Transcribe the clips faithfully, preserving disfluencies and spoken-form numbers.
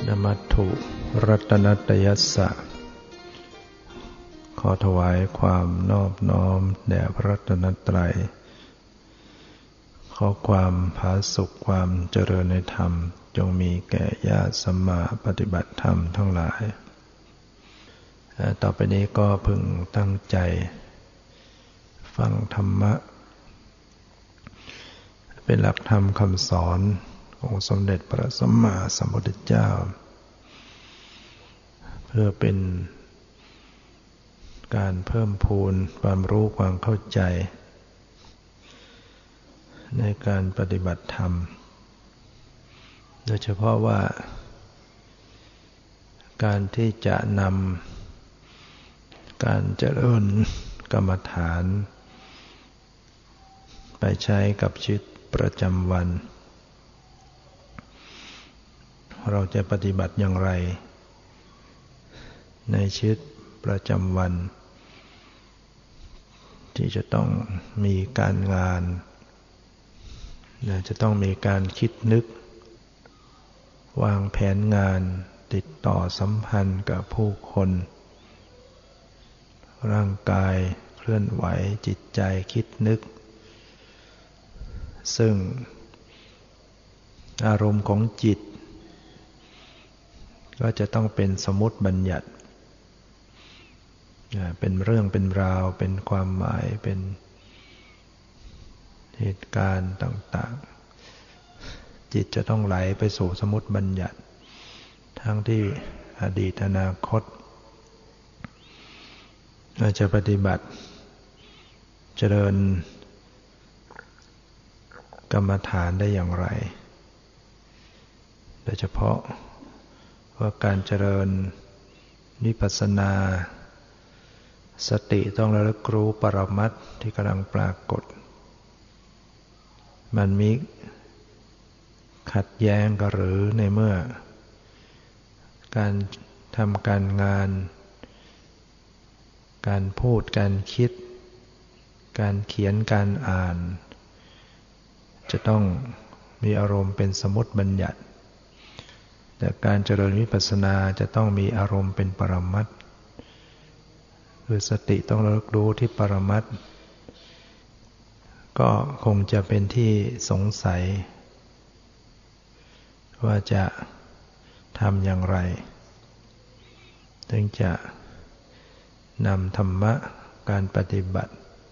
นมัตถุรัตนัตยัสสะขอถวายความนอบน้อมแด่พระรัตนตรัยขอความผาสุกความเจริญในธรรมจงมีแก่ญาติสัมมาปฏิบัติธรรมทั้งหลายต่อไปนี้ก็พึงตั้งใจฟังธรรมะเป็นหลักธรรมคำสอนองค์สมเด็จพระสัมมาสัมพุทธเจ้าเพื่อเป็นการเพิ่มพูนความรู้ความเข้าใจในการปฏิบัติธรรมโดยเฉพาะว่าการที่จะนำการเจริญกรรมฐานไปใช้กับชีวิตประจำวันเราจะปฏิบัติอย่างไรในชีวิตประจำวันที่จะต้องมีการงานจะต้องมีการคิดนึกวางแผนงานติดต่อสัมพันธ์กับผู้คนร่างกายเคลื่อนไหวจิตใจคิดนึกซึ่งอารมณ์ของจิตก็จะต้องเป็นสมมุติบัญญัติเป็นเรื่องเป็นราวเป็นความหมายเป็นเหตุการณ์ต่างๆจิตจะต้องไหลไปสู่สมมุติบัญญัติทั้งที่อดีตอนาคตเราจะปฏิบัติเจริญกรรมฐานได้อย่างไรโดยเฉพาะว่าการเจริญวิปัสสนาสติต้องระลึกรู้ปรมัตถ์ที่กำลังปรากฏมันมีขัดแย้งกันหรือในเมื่อการทำการงานการพูดการคิดการเขียนการอ่านจะต้องมีอารมณ์เป็นสมมุติบัญญัติแต่การเจริญวิปัสสนาจะต้องมีอารมณ์เป็นปรมัตถ์คือสติต้องระลึกรู้ที่ปรมัตถ์ก็คงจะเป็นที่สงสัยว่าจะทำอย่างไรถึงจะนำธรรมะการปฏิบัติ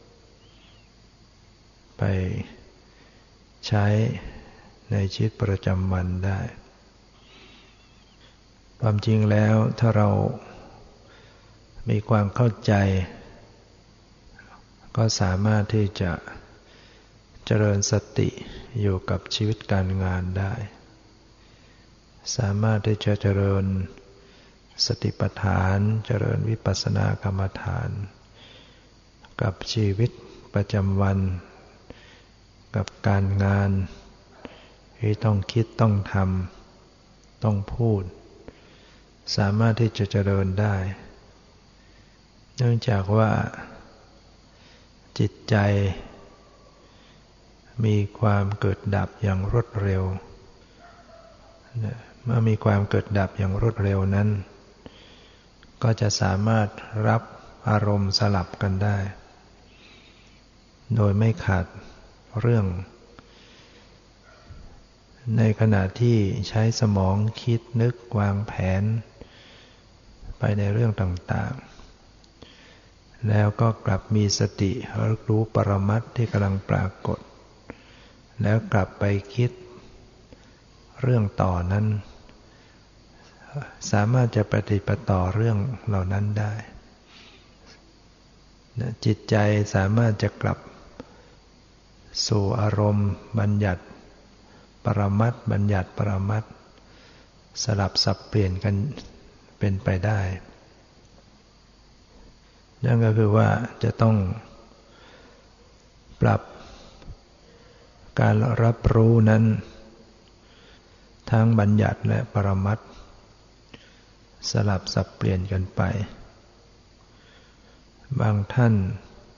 ไปใช้ในชีวิตประจำวันได้ความจริงแล้วถ้าเรามีความเข้าใจก็สามารถที่จะเจริญสติอยู่กับชีวิตการงานได้สามารถที่จะเจริญสติปัฏฐานเจริญวิปัสสนากรรมฐานกับชีวิตประจำวันกับการงานที่ต้องคิดต้องทำต้องพูดสามารถที่จะเจริญได้เนื่องจากว่าจิตใจมีความเกิดดับอย่างรวดเร็วเมื่อมีความเกิดดับอย่างรวดเร็วนั้นก็จะสามารถรับอารมณ์สลับกันได้โดยไม่ขาดเรื่องในขณะที่ใช้สมองคิดนึกวางแผนไปในเรื่องต่างๆแล้วก็กลับมีสติรู้ปรมัตถ์ที่กำลังปรากฏแล้วกลับไปคิดเรื่องต่อนั้นสามารถจะปฏิปต่อเรื่องเหล่านั้นได้จิตใจสามารถจะกลับสู่อารมณ์บัญญัติปรมัตถ์บัญญัติปรมัตถ์สลับสับเปลี่ยนกันเป็นไปได้นั่นก็คือว่าจะต้องปรับการรับรู้นั้นทั้งบัญญัติและปรมัตถ์สลับสับเปลี่ยนกันไปบางท่าน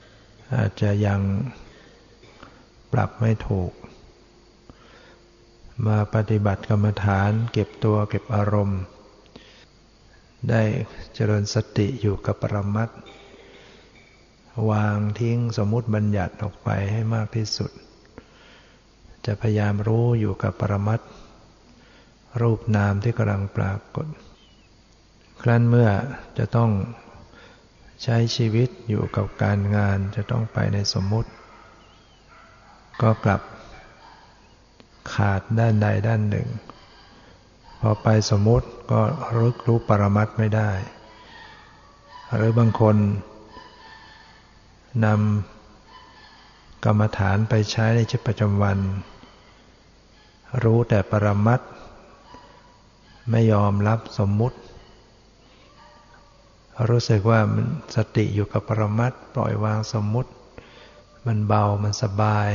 อาจจะยังปรับไม่ถูกมาปฏิบัติกรรมฐานเก็บตัวเก็บอารมณ์ได้เจริญสติอยู่กับปรมัตถ์วางทิ้งสมมุติบัญญัติออกไปให้มากที่สุดจะพยายามรู้อยู่กับปรมัตถ์รูปนามที่กำลังปรากฏครั้นเมื่อจะต้องใช้ชีวิตอยู่กับการงานจะต้องไปในสมมุติก็กลับขาดด้านใดด้านหนึ่งพอไปสมมุติก็รึกรู้ปรมัตถ์ไม่ได้หรือบางคนนำกรรมฐานไปใช้ในชีวิตประจำวันรู้แต่ปรมัตถ์ไม่ยอมรับสมมุติรู้สึกว่ามันสติอยู่กับปรมัตถ์ปล่อยวางสมมุติมันเบามันสบาย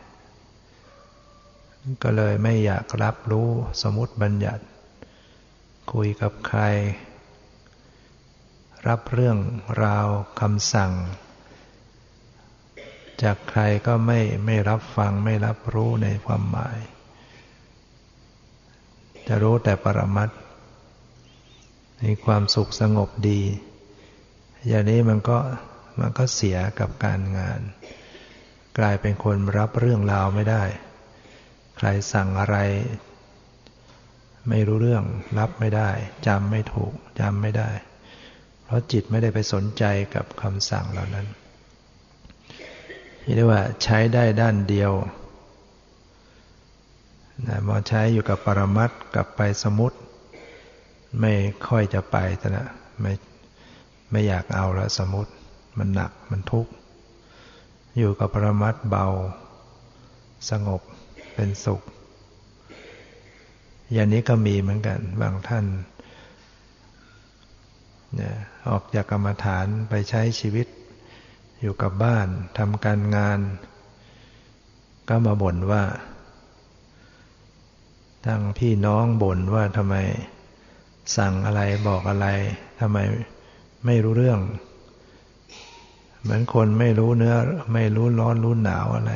ก็เลยไม่อยากรับรู้สมมุติบัญญัติคุยกับใครรับเรื่องราวคำสั่งจากใครก็ไม่ไม่รับฟังไม่รับรู้ในความหมายจะรู้แต่ปรมัตถ์มีความสุขสงบดีอย่างนี้มันก็มันก็เสียกับการงานกลายเป็นคนรับเรื่องราวไม่ได้ใครสั่งอะไรไม่รู้เรื่องรับไม่ได้จำไม่ถูกจำไม่ได้เพราะจิตไม่ได้ไปสนใจกับคำสั่งเหล่านั้นเรียกว่าใช้ได้ด้านเดียวนะพอใช้อยู่กับปรมัตถ์กลับไปสมมุติไม่ค่อยจะไปแต่นะไม่ไม่อยากเอาแล้วสมมุติมันหนักมันทุกข์อยู่กับปรมัตถ์เบาสงบเป็นสุขอย่างนี้ก็มีเหมือนกันบางท่านเนี่ยออกจากกรรมฐานไปใช้ชีวิตอยู่กับบ้านทำการงานก็มาบ่นว่าทั้งพี่น้องบ่นว่าทำไมสั่งอะไรบอกอะไรทำไมไม่รู้เรื่องเหมือนคนไม่รู้เนื้อไม่รู้ร้อนรู้หนาวอะไร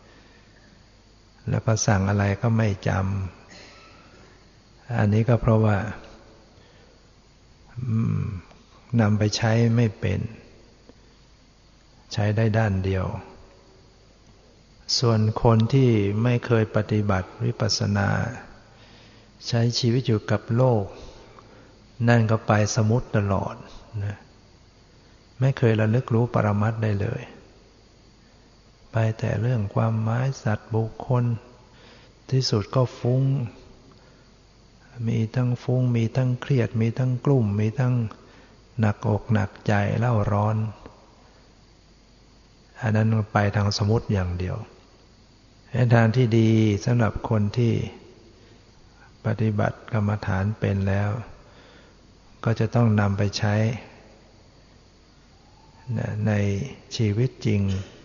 แล้วก็สั่งอะไรก็ไม่จำอันนี้ก็เพราะว่านำไปใช้ไม่เป็นใช้ได้ด้านเดียวส่วนคนที่ไม่เคยปฏิบัติวิปัสสนาใช้ชีวิตอยู่กับโลกนั่นก็ไปสมมุติตลอดนะไม่เคยระลึกรู้ปรมัตถ์ได้เลยไปแต่เรื่องความหมายสัตว์บุคคลที่สุดก็ฟุ้งมีทั้งฟุ้งมีทั้งเครียดมีทั้งกลุ่มมีทั้งหนักอกหนักใจเล่าร้อนอันนั้นไปทางสมมุติอย่างเดียวในทางที่ดีสำหรับคนที่ปฏิบัติกรรมฐานเป็นแล้วก็จะต้องนำไปใช้ในชีวิตจริง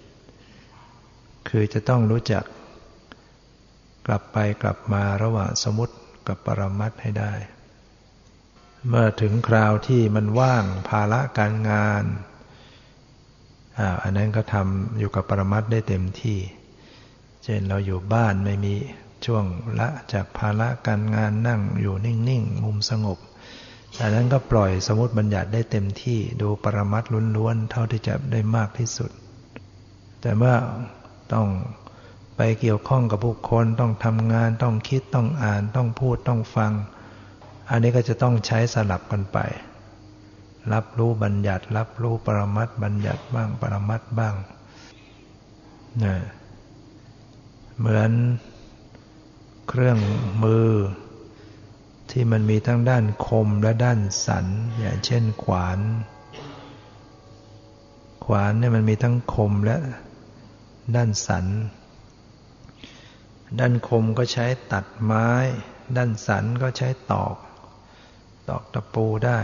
คือจะต้องรู้จักกลับไปกลับมาระหว่างสมมุติกับปรมัตถ์ให้ได้เมื่อถึงคราวที่มันว่างภาระการงานอ่าอันนั้นก็ทำอยู่กับปรมัตถ์ได้เต็มที่เช่นเราอยู่บ้านไม่มีช่วงละจากภาระการงานนั่งอยู่นิ่งๆมุมสงบอันนั้นก็ปล่อยสมมุติบัญญัติได้เต็มที่ดูปรมัตถ์ล้วนๆเท่าที่จะได้มากที่สุดแต่เมื่อต้องไปเกี่ยวข้องกับผู้คนต้องทำงานต้องคิดต้องอ่านต้องพูดต้องฟังอันนี้ก็จะต้องใช้สลับกันไปรับรู้บัญญัติรับรู้ปรมัตถ์บัญญัติบ้างปรมัตถ์บ้างนะเหมือนเครื่องมือที่มันมีทั้งด้านคมและด้านสันอย่างเช่นขวานขวานเนี่ยมันมีทั้งคมและด้านสันด้านคมก็ใช้ตัดไม้ด้านสันก็ใช้ตอกตอกตะปูได้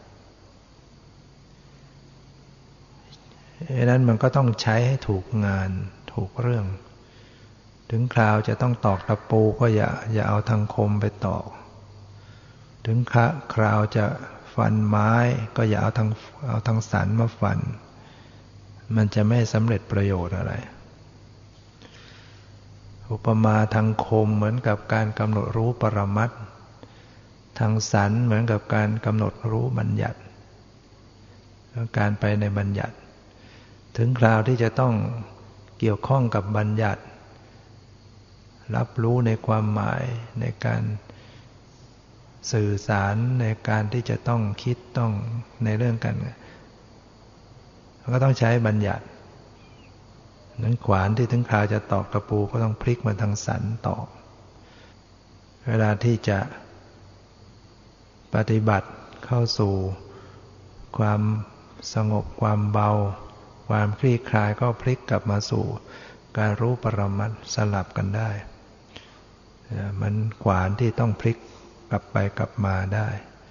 ดังนั้นมันก็ต้องใช้ให้ถูกงานถูกเรื่องถึงคราวจะต้องตอกตะปูก็อย่าอย่าเอาทางคมไปตอกถึงคราวจะฟันไม้ก็อย่าเอาทางเอาทางสันมาฟันมันจะไม่สำเร็จประโยชน์อะไรอุปมาทางคมเหมือนกับการกำหนดรู้ปรมัตถ์ทางสันเหมือนกับการกำหนดรู้บัญญัติการไปในบัญญัติถึงคราวที่จะต้องเกี่ยวข้องกับบัญญัติรับรู้ในความหมายในการสื่อสารในการที่จะต้องคิดต้องในเรื่องกันก็ต้องใช้บัญญัตินั้นขวานที่ถึงคราวจะตอกตะปูก็ต้องพลิกมาทางสันตอกเวลาที่จะปฏิบัติเข้าสู่ความสงบความเบาความคลี่คลายก็พลิกกลับมาสู่การรู้ปรมัตถ์สลับกันได้มันขวานที่ต้องพลิกกลับไปกลับมาได้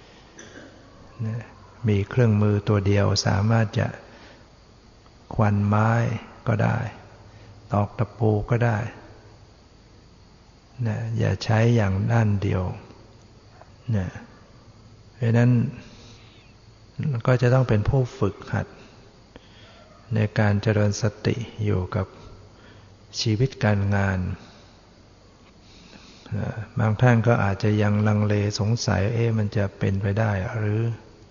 มีเครื่องมือตัวเดียวสามารถจะควันไม้ก็ได้ตอกตะปูก็ได้นะอย่าใช้อย่างด้านเดียวนะเพราะนั้นก็จะต้องเป็นผู้ฝึกหัดในการเจริญสติอยู่กับชีวิตการงานบางท่านก็อาจจะยังลังเลสงสัยเอ๊ะมันจะเป็นไปได้หรือ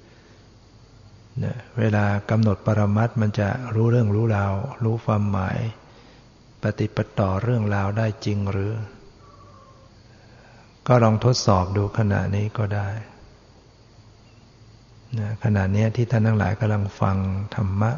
เวลากำหนดปรมัตถ์มันจะรู้เรื่องรู้ราวรู้ความหมายปฏิปต่อเรื่องราวได้จริงหรือก็ลองทดสอบดูขณะนี้ก็ได้นะขณะนี้ที่ท่านทั้งหลายกำลังฟังธรรมะ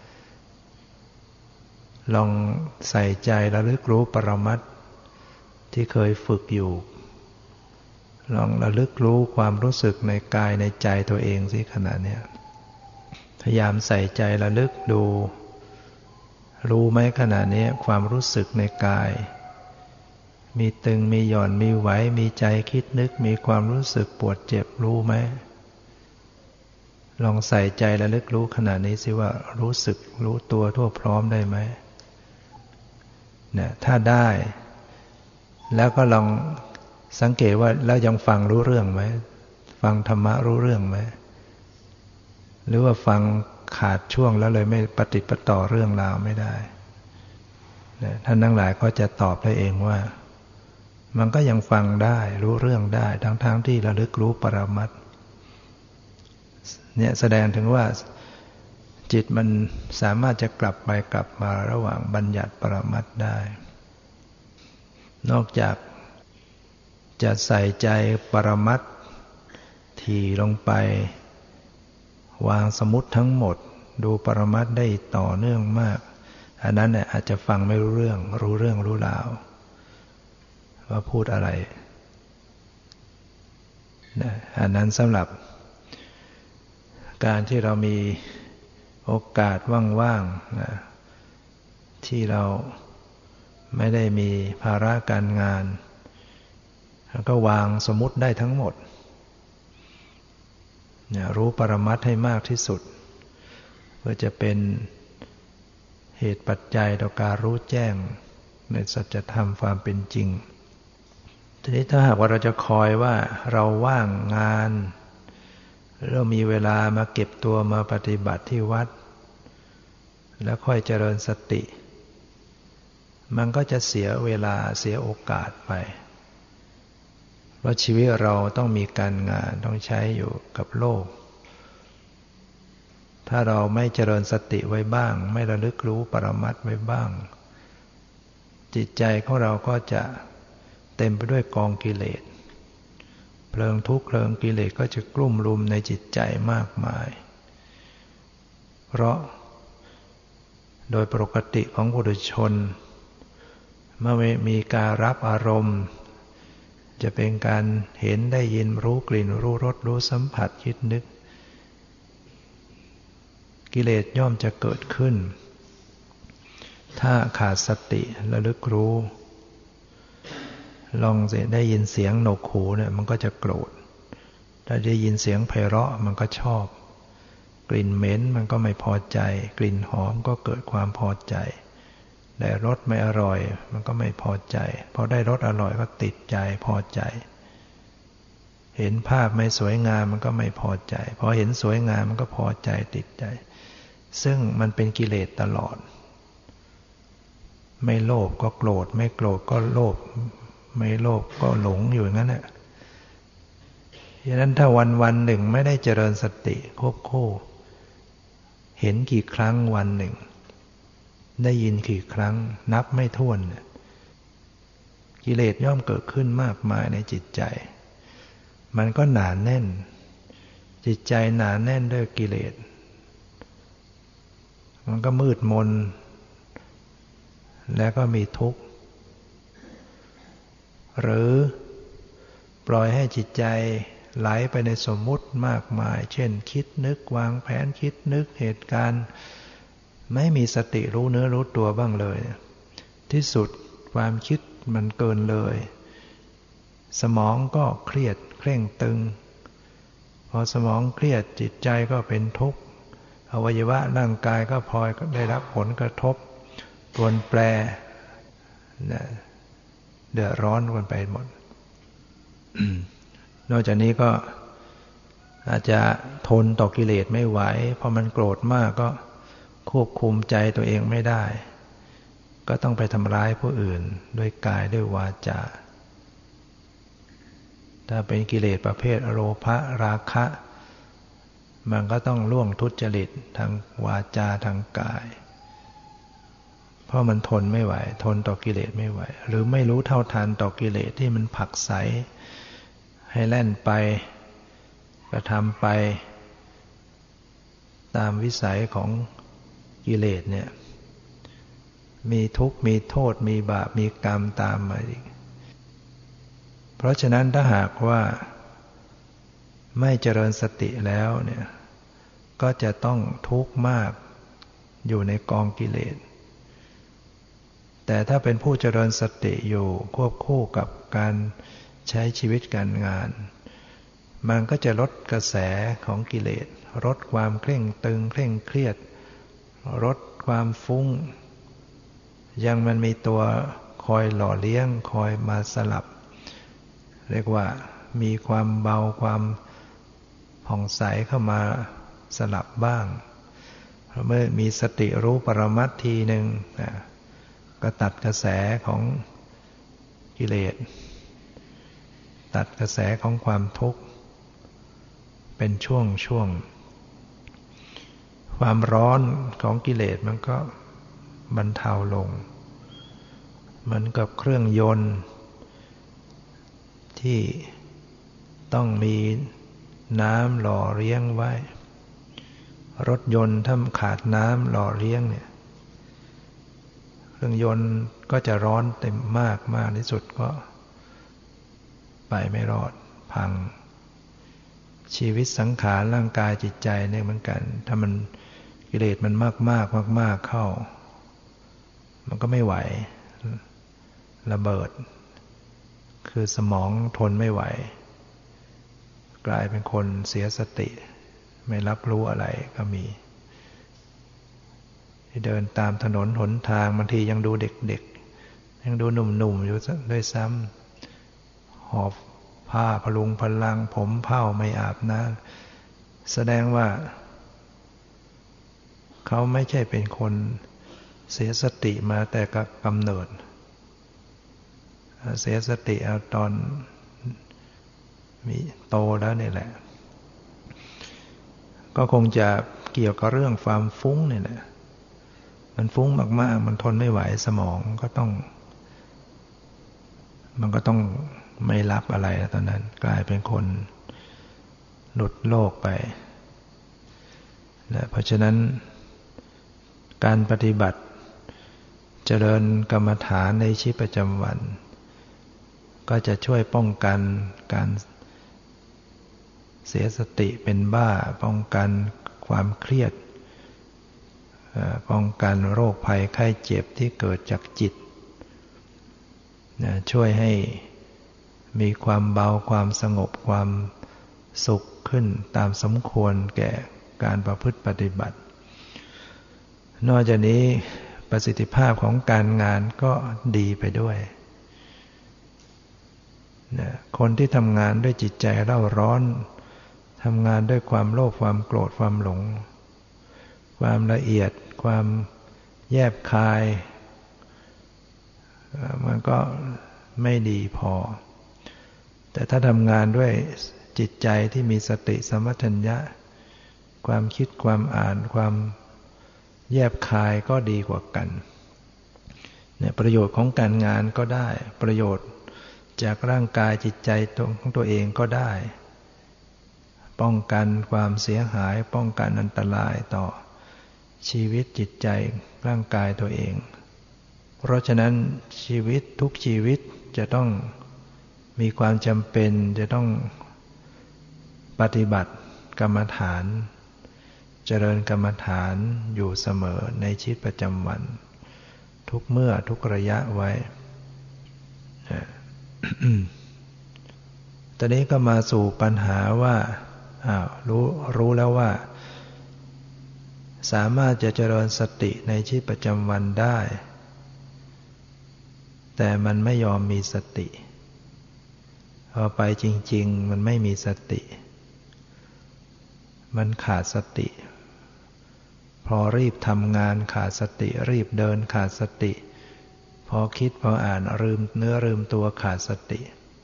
ลองใส่ใจระลึกรู้ปรมัตถ์ที่เคยฝึกอยู่ลองระลึกรู้ความรู้สึกในกายในใจตัวเองสิขณะนี้พยายามใส่ใจระลึกดูรู้ไหมขณะนี้ความรู้สึกในกายมีตึงมีหย่อนมีไหวมีใจคิดนึกมีความรู้สึกปวดเจ็บรู้ไหมลองใส่ใจระลึกรู้ขณะนี้สิว่ารู้สึกรู้ตัวทั่วพร้อมได้ไหมเนี่ยถ้าได้แล้วก็ลองสังเกตว่าแล้วยังฟังรู้เรื่องไหมฟังธรรมะรู้เรื่องไหมหรือว่าฟังขาดช่วงแล้วเลยไม่ปฏิปต่อเรื่องราวไม่ได้ท่านทั้งหลายก็จะตอบได้เองว่ามันก็ยังฟังได้รู้เรื่องได้ทั้งๆที่ระลึกรู้ปรมัตถ์เนี่ยแสดงถึงว่าจิตมันสามารถจะกลับไปกลับมาระหว่างบัญญัติปรมัตถ์ได้นอกจากจะใส่ใจปรมัตถ์ถี่ลงไปวางสมมุติทั้งหมดดูปรมัตถ์ได้ต่อเนื่องมากอันนั้นเนี่ยอาจจะฟังไม่รู้เรื่องรู้เรื่องรู้ราวว่าพูดอะไรนะอันนั้นสำหรับการที่เรามีโอกาสว่างๆนะที่เราไม่ได้มีภาระการงานแล้วก็วางสมมุติได้ทั้งหมดเนี่ยรู้ปรมัตถ์ให้มากที่สุดเพื่อจะเป็นเหตุปัจจัยต่อการรู้แจ้งในสัจธรรมความเป็นจริงทีนี้ถ้าหากว่าเราจะคอยว่าเราว่างงานเรามีเวลามาเก็บตัวมาปฏิบัติที่วัดแล้วค่อยเจริญสติมันก็จะเสียเวลาเสียโอกาสไปเพราะชีวิตเราต้องมีการงานต้องใช้อยู่กับโลกถ้าเราไม่เจริญสติไว้บ้างไม่ระลึกรู้ปรมัตถ์ไว้บ้างจิตใจของเราก็จะเต็มไปด้วยกองกิเลสเพลิงทุกข์เพลิงกิเลสก็จะกลุ่มรุมในจิตใจมากมายเพราะโดยปกติของปุถุชนเมื่อมีการรับอารมณ์จะเป็นการเห็นได้ยินรู้กลิ่นรู้รสรู้สัมผัสคิดนึกกิเลสย่อมจะเกิดขึ้นถ้าขาดสติระลึกรู้ลองได้ยินเสียงหนวกหูเนี่ยมันก็จะโกรธถ้าได้ยินเสียงไพเราะมันก็ชอบกลิ่นเหม็นมันก็ไม่พอใจกลิ่นหอมก็เกิดความพอใจได้รสไม่อร่อยมันก็ไม่พอใจพอได้รสอร่อยก็ติดใจพอใจเห็นภาพไม่สวยงามมันก็ไม่พอใจพอเห็นสวยงามมันก็พอใจติดใจซึ่งมันเป็นกิเลสตลอดไม่โลภก็โกรธไม่โกรธก็โลภไม่โลภก็หลงอยู่อย่างนั้นแหละฉะนั้นถ้าวันวันหนึ่งไม่ได้เจริญสติควบคู่เห็นกี่ครั้งวันหนึ่งได้ยินกี่ครั้งนับไม่ถ้วนกิเลสย่อมเกิดขึ้นมากมายในจิตใจมันก็หนาแน่นจิตใจหนาแน่นด้วยกิเลสมันก็มืดมนแล้วก็มีทุกข์หรือปล่อยให้จิตใจไหลไปในสมมุติมากมายเช่นคิดนึกวางแผนคิดนึกเหตุการณ์ไม่มีสติรู้เนื้อรู้ตัวบ้างเลยที่สุดความคิดมันเกินเลยสมองก็เครียดเคร่งตึงพอสมองเครียดจิตใจก็เป็นทุกข์อวัยวะร่างกายก็พลอยได้รับผลกระทบปรวนแปรเดือดร้อนกันไปหมด นอกจากนี้ก็อาจจะทนต่อกิเลสไม่ไหวพอมันโกรธมากก็ควบคุมใจตัวเองไม่ได้ก็ต้องไปทำร้ายผู้อื่นด้วยกายด้วยวาจาถ้าเป็นกิเลสประเภทโลภะราคะมันก็ต้องล่วงทุจริตทางวาจาทางกายเพราะมันทนไม่ไหวทนต่อกิเลสไม่ไหวหรือไม่รู้เท่าทันต่อกิเลสที่มันผลักไสให้แล่นไปกระทำไปตามวิสัยของกิเลสเนี่ยมีทุกข์มีโทษมีบาปมีกรรมตามมาอีกเพราะฉะนั้นถ้าหากว่าไม่เจริญสติแล้วเนี่ยก็จะต้องทุกข์มากอยู่ในกองกิเลสแต่ถ้าเป็นผู้เจริญสติอยู่ควบคู่กับการใช้ชีวิตการงานมันก็จะลดกระแสของกิเลสลดความเคร่งตึงเคร่งเครียดลดความฟุ้งยังมันมีตัวคอยหล่อเลี้ยงคอยมาสลับเรียกว่ามีความเบาความผ่องใสเข้ามาสลับบ้างเมื่อมีสติรู้ปรมัตถ์ทีหนึ่งก็ตัดกระแสของกิเลสตัดกระแสของความทุกข์เป็นช่วงช่วงความร้อนของกิเลสมันก็บรรเทาลงเหมือนกับเครื่องยนต์ที่ต้องมีน้ำหล่อเลี้ยงไว้รถยนต์ถ้าขาดน้ำหล่อเลี้ยงเนี่ยเครื่องยนต์ก็จะร้อนเต็มมากมากที่สุดก็ไปไม่รอดพังชีวิตสังขารร่างกายจิตใจเนี่ยเหมือนกันถ้ามันกิเลสมันมากมากมากมากเข้ามันก็ไม่ไหวระเบิดคือสมองทนไม่ไหวกลายเป็นคนเสียสติไม่รับรู้อะไรก็มีที่เดินตามถนนหนทางบางทียังดูเด็กๆยังดูหนุ่มๆอยู่ด้วยซ้ำหอบผ้าพลุงพลังผมเผ้าไม่อาบน้ำแสดงว่าเขาไม่ใช่เป็นคนเสียสติมาแต่กำเนิดเสียสติเอาตอนมีโตแล้วนี่แหละก็คงจะเกี่ยวกับเรื่องความฟุ้งนี่แหละมันฟุ้งมากๆมันทนไม่ไหวสมองก็ต้องมันก็ต้องไม่รับอะไรแล้วตอนนั้นกลายเป็นคนหลุดโลกไปนะเพราะฉะนั้นการปฏิบัติเจริญกรรมฐานในชีวิตประจำวันก็จะช่วยป้องกันการเสียสติเป็นบ้าป้องกันความเครียดป้องกันโรคภัยไข้เจ็บที่เกิดจากจิตช่วยให้มีความเบาความสงบความสุขขึ้นตามสมควรแก่การประพฤติปฏิบัตินอกจากนี้ประสิทธิภาพของการงานก็ดีไปด้วยคนที่ทำงานด้วยจิตใจเร่าร้อนทำงานด้วยความโลภความโกรธความหลงความละเอียดความแยบคายมันก็ไม่ดีพอแต่ถ้าทำงานด้วยจิตใจที่มีสติสัมปชัญญะความคิดความอ่านความแยบคายก็ดีกว่ากันเนี่ยประโยชน์ของการงานก็ได้ประโยชน์จากร่างกายจิตใจของตัวเองก็ได้ป้องกันความเสียหายป้องกันอันตรายต่อชีวิตจิตใจร่างกายตัวเองเพราะฉะนั้นชีวิตทุกชีวิตจะต้องมีความจำเป็นจะต้องปฏิบัติกรรมฐานเจริญกรรมฐานอยู่เสมอในชีวิตประจำวันทุกเมื่อทุกระยะไว้ ตอนนี้ก็มาสู่ปัญหาว่าอ้าวรู้รู้แล้วว่าสามารถจะเจริญสติในชีวิตประจำวันได้แต่มันไม่ยอมมีสติพอไปจริงๆมันไม่มีสติมันขาดสติพอรีบทำงานขาดสติรีบเดินขาดสติพอคิดพออ่านลืมเนื้อลืมตัวขาดสติ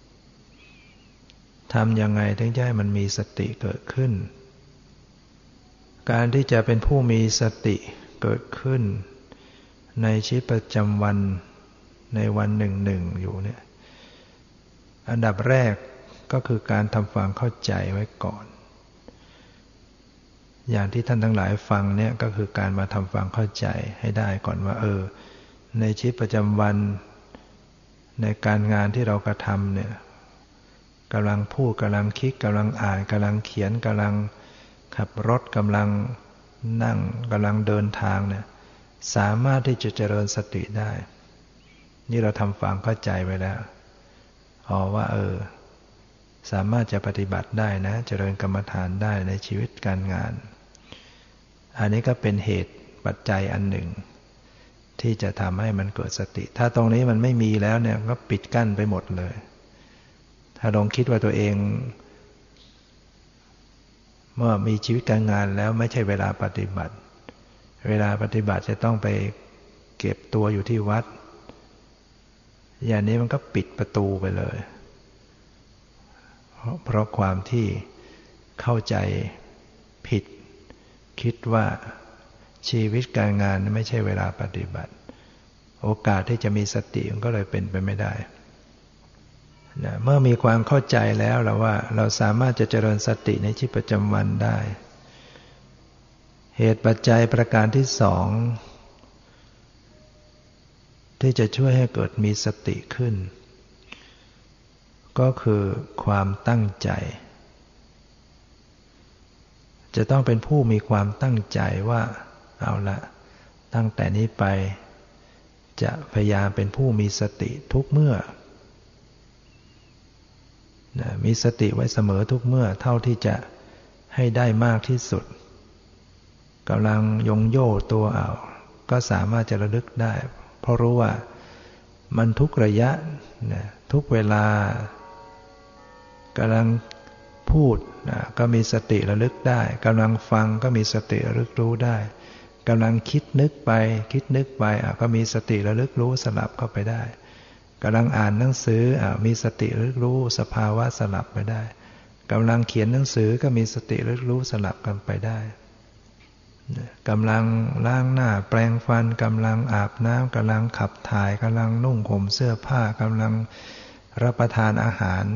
ทำยังไงถึงจะให้มันมีสติเกิดขึ้นการที่จะเป็นผู้มีสติเกิดขึ้นในชีวิตประจำวันในวันหนึ่งหนึ่งอยู่เนี่ยอันดับแรกก็คือการทำความเข้าใจไว้ก่อนอย่างที่ท่านทั้งหลายฟังเนี่ยก็คือการมาทำความเข้าใจให้ได้ก่อนว่าเออในชีวิตประจำวันในการงานที่เรากระทำเนี่ยกำลังพูดกำลังคิดกำลังอ่านกำลังเขียนกำลังขับรถกำลังนั่งกำลังเดินทางเนี่ยสามารถที่จะเจริญสติได้นี่เราทำความเข้าใจไว้แล้วอ๋อว่าเออสามารถจะปฏิบัติได้นะเจริญกรรมฐานได้ในชีวิตการงานอันนี้ก็เป็นเหตุปัจจัยอันหนึ่งที่จะทำให้มันเกิดสติถ้าตรงนี้มันไม่มีแล้วเนี่ยก็ปิดกั้นไปหมดเลยถ้าลองคิดว่าตัวเองเมื่อมีชีวิตการงานแล้วไม่ใช่เวลาปฏิบัติเวลาปฏิบัติจะต้องไปเก็บตัวอยู่ที่วัดอย่างนี้มันก็ปิดประตูไปเลยเพราะความที่เข้าใจผิดคิดว่าชีวิตการงานไม่ใช่เวลาปฏิบัติโอกาสที่จะมีสติมันก็เลยเป็นไปไม่ได้นะเมื่อมีความเข้าใจแล้วเราว่าเราสามารถจะเจริญสติในชีวิตประจำวันได้เหตุปัจจัยประการที่สองที่จะช่วยให้เกิดมีสติขึ้นก็คือความตั้งใจจะต้องเป็นผู้มีความตั้งใจว่าเอาละตั้งแต่นี้ไปจะพยายามเป็นผู้มีสติทุกเมื่อนะมีสติไว้เสมอทุกเมื่อเท่าที่จะให้ได้มากที่สุดกำลังยงโย่ตัวเอาก็สามารถจะระลึกได้เพราะรู้ว่ามันทุกระยะนะทุกเวลากำลังพูดนะก็มีสติระลึกได้กำลังฟังก็มีสติระลึกรู้ได้กำลังคิดนึกไปคิดนึกไปอ่ะก็มีสติระลึกรู้สลับเข้าไปได้กำลังอ่านหนังสืออ่ะมีสติระลึกรู้สภาวะสลับไปได้กำลังเขียนหนังสือก็มีสติระลึกรู้สลับกันไปได้กำลังล้างหน้าแปรงฟันกำลังอาบน้ำกำลังขับถ่ายกำลังนุ่งห่มเสื้อผ้ากำลังรับประทานอาหาร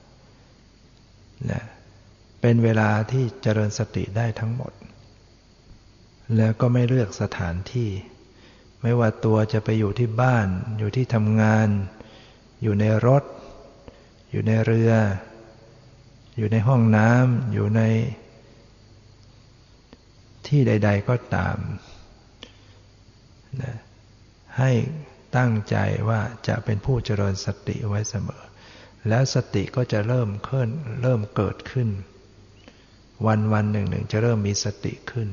นะเป็นเวลาที่เจริญสติได้ทั้งหมดแล้วก็ไม่เลือกสถานที่ไม่ว่าตัวจะไปอยู่ที่บ้านอยู่ที่ทำงานอยู่ในรถอยู่ในเรืออยู่ในห้องน้ำอยู่ในที่ใดๆก็ตามนะให้ตั้งใจว่าจะเป็นผู้เจริญสติไว้เสมอแล้วสติก็จะเริ่มขึ้นเริ่มเกิดขึ้นวันวันหนึ่งหนึ่งจะเริ่มมีสติขึ้น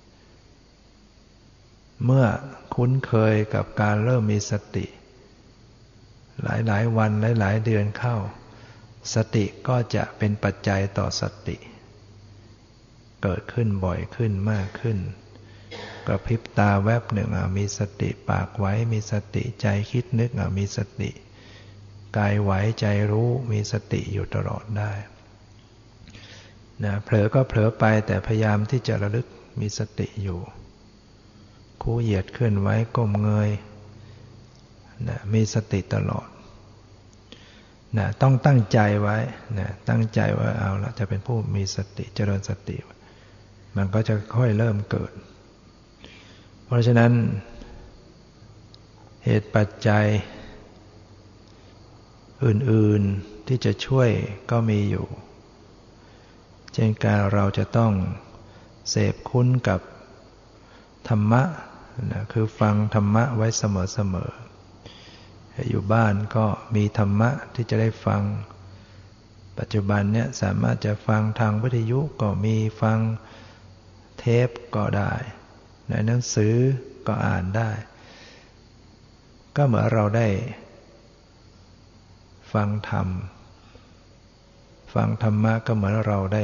เมื่อคุ้นเคยกับการเริ่มมีสติหลายๆวันหลายๆเดือนเข้าสติก็จะเป็นปัจจัยต่อสติเกิดขึ้นบ่อยขึ้นมากขึ้นกระพริบตาแวบหนึ่งมีสติปากไหวมีสติใจคิดนึกมีสติกายไหวใจรู้มีสติอยู่ตลอดได้นะเผลอก็เผลอไปแต่พยายามที่จะระลึกมีสติอยู่คู่เหยียดเคลื่อนไหวก้มเงยนะมีสติตลอดนะต้องตั้งใจไว้นะตั้งใจว่าเอาละจะเป็นผู้มีสติเจริญสติมันก็จะค่อยเริ่มเกิดเพราะฉะนั้นเหตุปัจจัยอื่นๆที่จะช่วยก็มีอยู่เช่นการเราจะต้องเสพคุ้นกับธรรมะนะคือฟังธรรมะไว้เสมอๆอยู่บ้านก็มีธรรมะที่จะได้ฟังปัจจุบันเนี่ยสามารถจะฟังทางวิทยุก็มีฟังเทปก็ได้ในหนังสือก็อ่านได้ก็เหมือนเราได้ฟังธรรมฟังธรรมะก็เหมือนเราได้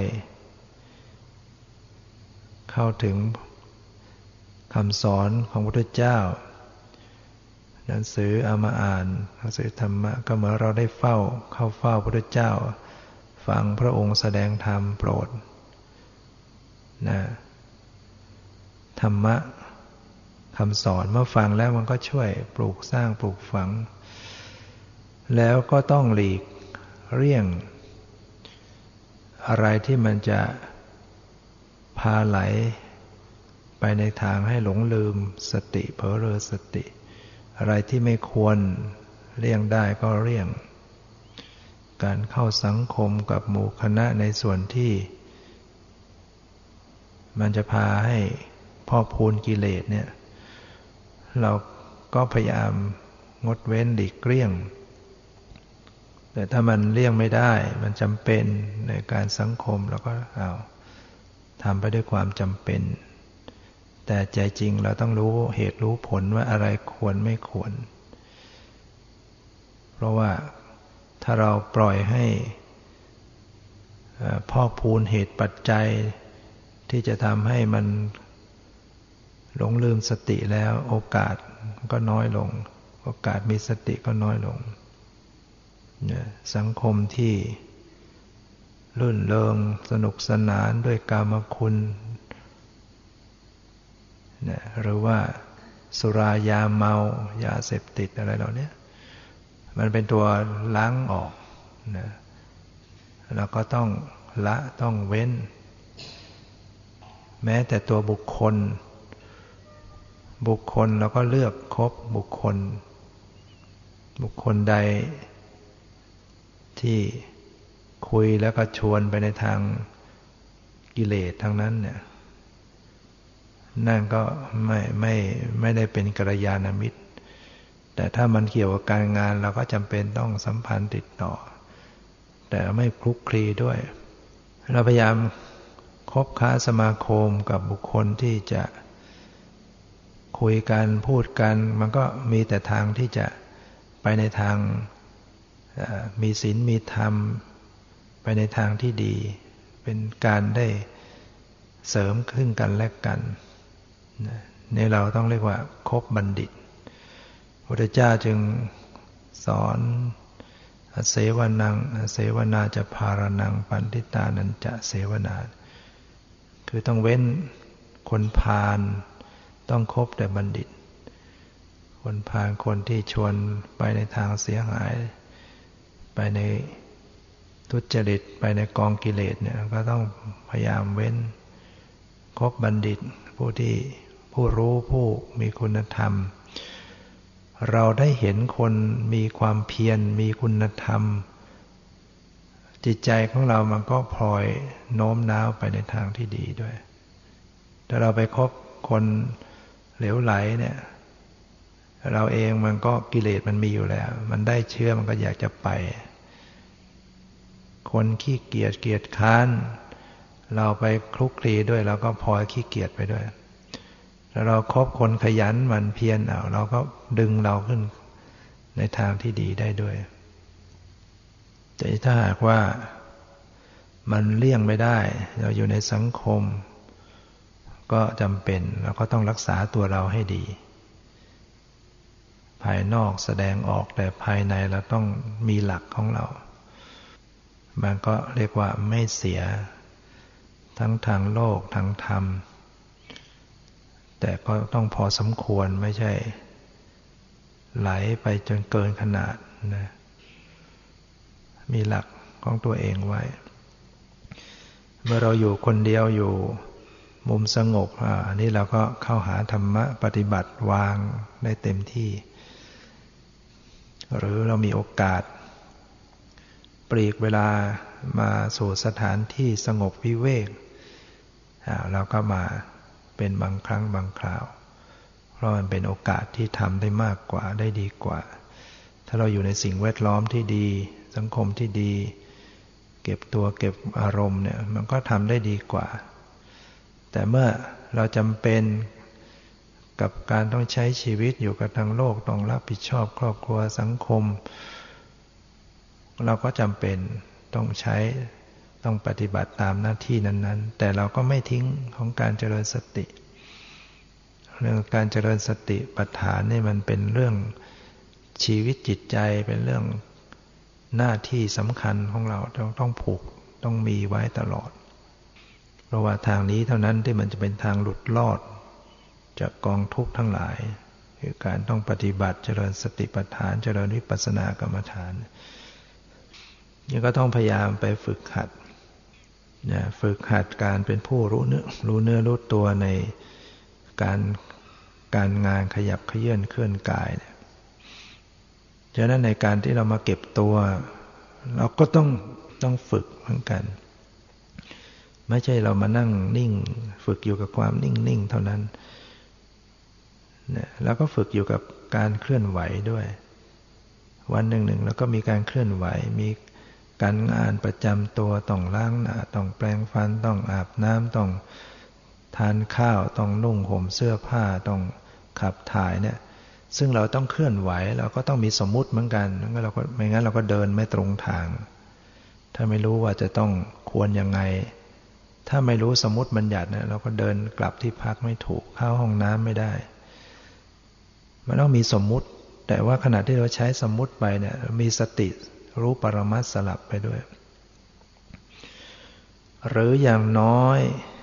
เข้าถึงคำสอนของพระพุทธเจ้าหนังสือเอามาอ่านหนังสือธรรมะก็เหมือนเราได้เฝ้าเข้าเฝ้าพระพุทธเจ้าฟังพระองค์แสดงธรรมโปรดนะธรรมะคำสอนเมื่อฟังแล้วมันก็ช่วยปลูกสร้างปลูกฝังแล้วก็ต้องหลีกเลี่ยงอะไรที่มันจะพาไหลไปในทางให้หลงลืมสติเผลอเรอสติอะไรที่ไม่ควรเลี่ยงได้ก็เลี่ยงการเข้าสังคมกับหมู่คณะในส่วนที่มันจะพาให้พอกพูนกิเลสเนี่ยเราก็พยายามงดเว้นหลีกเลี่ยงแต่ถ้ามันเลี่ยงไม่ได้มันจำเป็นในการสังคมเราก็เอาทำไปด้วยความจำเป็นแต่ใจจริงเราต้องรู้เหตุรู้ผลว่าอะไรควรไม่ควรเพราะว่าถ้าเราปล่อยให้พอกพูนเหตุปัจจัยที่จะทำให้มันหลงลืมสติแล้วโอกาสก็น้อยลงโอกาสมีสติก็น้อยลงสังคมที่รื่นเริงสนุกสนานด้วยกามคุณหรือว่าสุรายาเมายาเสพติดอะไรเหล่านี้มันเป็นตัวล้างออกนะเราก็ต้องละต้องเว้นแม้แต่ตัวบุคคลบุคคลเราก็เลือกคบบุคคลบุคคลใดที่คุยแล้วก็ชวนไปในทางกิเลสทั้งนั้นเนี่ยนั่นก็ไม่ไม่ไม่ได้เป็นกัลยาณมิตรแต่ถ้ามันเกี่ยวกับการงานเราก็จำเป็นต้องสัมพันธ์ติดต่อแต่ไม่คลุกคลีด้วยเราพยายามคบค้าสมาคมกับบุคคลที่จะคุยกันพูดกันมันก็มีแต่ทางที่จะไปในทางมีศีลมีธรรมไปในทางที่ดีเป็นการได้เสริมขึ้นกันและกันในเราต้องเรียกว่าคบบัณฑิตพระพุทธเจ้าจึงสอนอเสวนังอเสวนาจะภารนังปันทิตานันจะเสวนาคือต้องเว้นคนพาลต้องคบแต่บัณฑิตคนพาลคนที่ชวนไปในทางเสียหายไปในทุจริตไปในกองกิเลสเนี่ยก็ต้องพยายามเว้นคบบัณฑิตผู้ที่ผู้รู้ผู้มีคุณธรรมเราได้เห็นคนมีความเพียรมีคุณธรรมจิตใจของเรามันก็พลอยโน้มน้าวไปในทางที่ดีด้วยถ้าเราไปคบคนเหลวไหลเนี่ยเราเองมันก็กิเลสมันมีอยู่แล้วมันได้เชื้อมันก็อยากจะไปคนขี้เกียจเกียจค้านเราไปคลุกคลีด้วยเราก็พลอยขี้เกียจไปด้วยแล้วเราคบคนขยันหมั่นเพียรเอาเราก็ดึงเราขึ้นในทางที่ดีได้ด้วยแต่ถ้าหากว่ามันเลี่ยงไม่ได้เราอยู่ในสังคมก็จำเป็นเราก็ต้องรักษาตัวเราให้ดีภายนอกแสดงออกแต่ภายในเราต้องมีหลักของเรามันก็เรียกว่าไม่เสียทั้งทางโลกทางธรรมแต่ก็ต้องพอสมควรไม่ใช่ไหลไปจนเกินขนาดนะมีหลักของตัวเองไว้เมื่อเราอยู่คนเดียวอยู่มุมสงบอ่าอันนี้เราก็เข้าหาธรรมะปฏิบัติวางได้เต็มที่หรือเรามีโอกาสปลีกเวลามาสู่สถานที่สงบวิเวกเราก็มาเป็นบางครั้งบางคราวเพราะมันเป็นโอกาสที่ทำได้มากกว่าได้ดีกว่าถ้าเราอยู่ในสิ่งแวดล้อมที่ดีสังคมที่ดีเก็บตัวเก็บอารมณ์เนี่ยมันก็ทำได้ดีกว่าแต่เมื่อเราจำเป็นกับการต้องใช้ชีวิตอยู่กับทางโลกต้องรับผิดชอบครอบครัวสังคมเราก็จำเป็นต้องใช้ต้องปฏิบัติตามหน้าที่นั้นๆแต่เราก็ไม่ทิ้งของการเจริญสติเรื่องการเจริญสติปัฏฐานนี่มันเป็นเรื่องชีวิตจิตใจเป็นเรื่องหน้าที่สำคัญของเราต้องต้องผูกต้องมีไว้ตลอดเพราะว่าทางนี้เท่านั้นที่มันจะเป็นทางหลุดรอดจากกองทุกข์ทั้งหลายคือการต้องปฏิบัติเจริญสติปัฏฐานเจริญวิปัสสนากรรมฐานนี่ก็ต้องพยายามไปฝึกหัดนะฝึกหัดการเป็นผู้รู้เนื้อรู้เนื้อรู้ตัวในการการงานขยับเขยื้อนเคลื่อนกายเนี่ยฉะนั้นในการที่เรามาเก็บตัวเราก็ต้องต้องฝึกเหมือนกันไม่ใช่เรามานั่งนิ่งฝึกอยู่กับความนิ่งนิ่งเท่านั้นเนี่ยแล้วก็ฝึกอยู่กับการเคลื่อนไหวด้วยวันหนึ่งหนึ่งแล้วก็มีการเคลื่อนไหวมีการงานประจำตัวต้องล้างหน้าต้องแปรงฟันต้องอาบน้ำต้องทานข้าวต้องนุ่งห่มเสื้อผ้าต้องขับถ่ายเนี่ยซึ่งเราต้องเคลื่อนไหวเราก็ต้องมีสมมุติเหมือนกันงั้นเราก็ไม่งั้นเราก็เดินไม่ตรงทางถ้าไม่รู้ว่าจะต้องควรยังไงถ้าไม่รู้สมมุติบัญญัติเนี่ยเราก็เดินกลับที่พักไม่ถูกเข้าห้องน้ำไม่ได้มันต้องมีสมมุติแต่ว่าขณะที่เราใช้สมมุติไปเนี่ยมีสติรู้ปรมัตถ์สลับไปด้วยหรืออย่างน้อย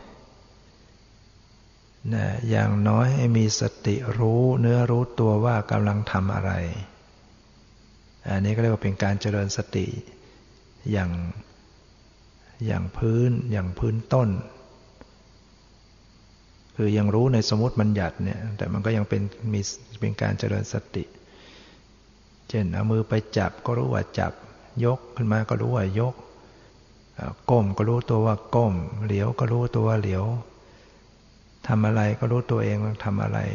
นะอย่างน้อยให้มีสติรู้เนื้อรู้ตัวว่ากำลังทำอะไรอันนี้ก็เรียกว่าเป็นการเจริญสติอย่างอย่างพื้นอย่างพื้นต้นคือยังรู้ในสมมุติบัญญัติเนี่ยแต่มันก็ยังเป็นมีเป็นการเจริญสติเช่นเอามือไปจับก็รู้ว่าจับยกขึ้นมาก็รู้ว่ายกก้มก็รู้ตัวว่าก้มเหลียวก็รู้ตัวว่าเหลียวทำอะไรก็รู้ตัวเองว่าทำอะไร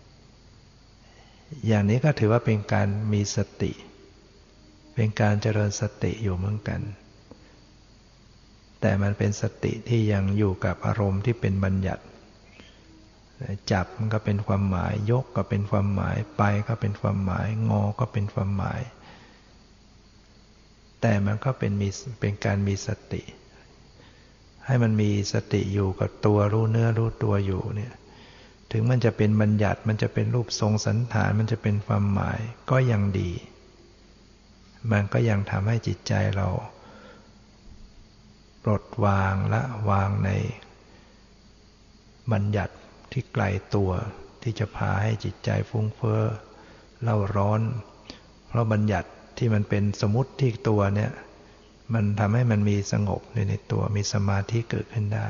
อย่างนี้ก็ถือว่าเป็นการมีสติเป็นการเจริญสติอยู่เหมือนกันแต่มันเป็นสติที่ยังอยู่กับอารมณ์ที่เป็นบัญญัติจับมันก็เป็นความหมายยกก็เป็นความหมายไปก็เป็นความหมายงอก็เป็นความหมายแต่มันก็เป็นมีเป็นการมีสติให้มันมีสติอยู่กับตัวรู้เนื้อรู้ตัวอยู่เนี่ยถึงมันจะเป็นบัญญัติมันจะเป็นรูปทรงสันฐานมันจะเป็นความหมายก็ยังดีมันก็ยังทำให้จิตใจเราปลดวางละวางในบัญญัติที่ไกลตัวที่จะพาให้จิตใจฟุ้งเฟ้อเล่าร้อนเพราะบัญญัติที่มันเป็นสมมุติที่ตัวเนี่ยมันทำให้มันมีสงบในในตัวมีสมาธิเกิดขึ้นได้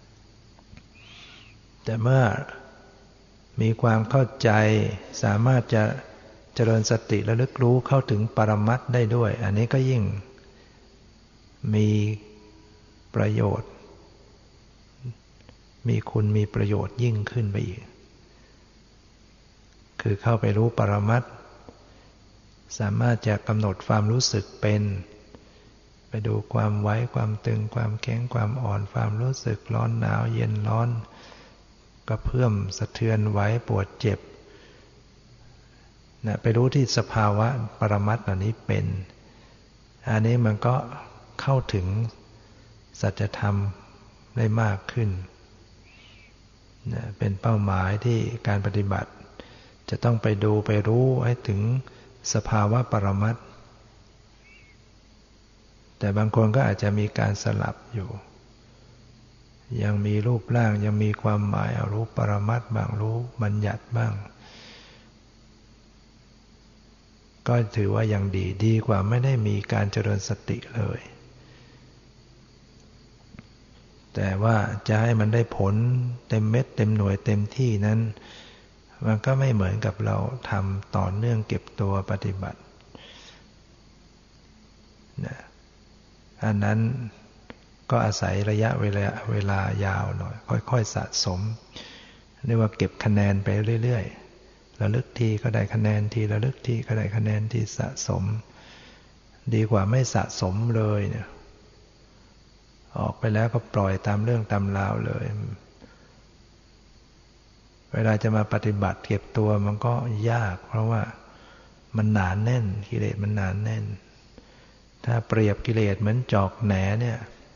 แต่เมื่อมีความเข้าใจสามารถจะเจริญสติระลึกรู้เข้าถึงปรมัตถ์ได้ด้วยอันนี้ก็ยิ่งมีประโยชน์มีคุณมีประโยชน์ยิ่งขึ้นไปอีกคือเข้าไปรู้ปรมัตถ์สามารถจะกำหนดความรู้สึกเป็นไปดูความไว้ความตึงความแข็งความอ่อนความรู้สึกร้อนหนาวเย็นร้อนกระเพื่อมสะเทือนไหวปวดเจ็บนะไปรู้ที่สภาวะปรมัตถ์อันนี้เป็นอันนี้มันก็เข้าถึงสัจธรรมได้มากขึ้นนะเป็นเป้าหมายที่การปฏิบัติจะต้องไปดูไปรู้ให้ถึงสภาวะปรมัตถ์แต่บางคนก็อาจจะมีการสลับอยู่ยังมีรูปร่างยังมีความหมายเอารู้ปรมัตถ์บ้างรู้บัญญัติบ้างก็ถือว่ายังดีดีกว่าไม่ได้มีการเจริญสติเลยแต่ว่าจะให้มันได้ผลเต็มเม็ดเต็มหน่วยเต็มที่นั้นมันก็ไม่เหมือนกับเราทำต่อเนื่องเก็บตัวปฏิบัตินะอันนั้นก็อาศัยระยะเวลาเวลายาวหน่อยค่อยๆสะสมเรียกว่าเก็บคะแนนไปเรื่อยๆระลึกทีก็ได้คะแนนทีระลึกทีก็ได้คะแนนทีสะสมดีกว่าไม่สะสมเลยเนี่ยออกไปแล้วก็ปล่อยตามเรื่องตามราวเลยเวลาจะมาปฏิบัติเก็บตัวมันก็ยากเพราะว่ามันหนาแน่นกิเลสมันหนาแน่นถ้าเปรียบกิเลสเหมือนจอกแหนเนี่ย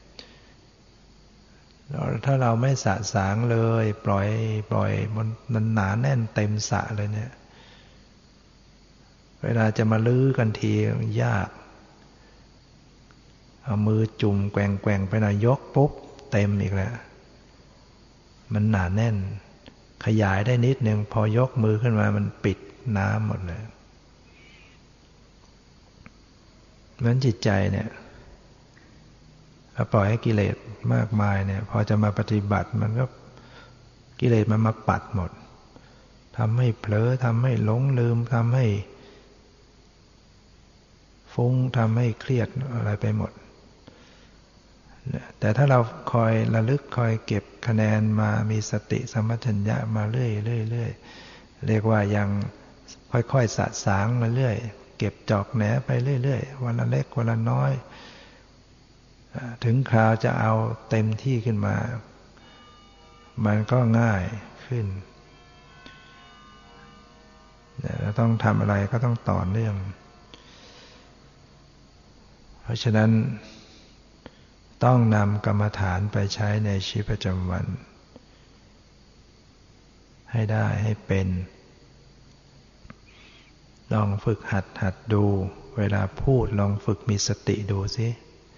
ถ้าเราไม่สะสางเลยปล่อยปล่อยมันหนาแน่นเต็มสระเลยเนี่ยเวลาจะมาลื้อกันทียากเอามือจุ่มแกว่งแกว่งไปหน่อยยกปุ๊บเต็มอีกแล้วมันหนาแน่นขยายได้นิดนึงพอยกมือขึ้นมามันปิดน้ำหมดเลยเหมือนจิตใจเนี่ยถ้าปล่อยให้กิเลสมากมายเนี่ยพอจะมาปฏิบัติมันก็กิเลสมันมาปัดหมดทำให้เผลอทำให้หลงลืมทำให้ฟุ้งทำให้เครียดอะไรไปหมดแต่ถ้าเราคอยระลึกคอยเก็บคะแนนมามีสติสัมปชัญญะมาเรื่อยเรื่อยเรื่อยเรียกว่ายังค่อยๆสะสางมาเรื่อยเก็บจอกแหนไปเรื่อยๆวันละเล็กวันละน้อยถึงคราวจะเอาเต็มที่ขึ้นมามันก็ง่ายขึ้นเราต้องทำอะไรก็ต้องต่อเนื่องเพราะฉะนั้นต้องนำกรรมฐานไปใช้ในชีวิตประจำวันให้ได้ให้เป็นลองฝึกหัดหัดดูเวลาพูดลองฝึกมีสติดูสิ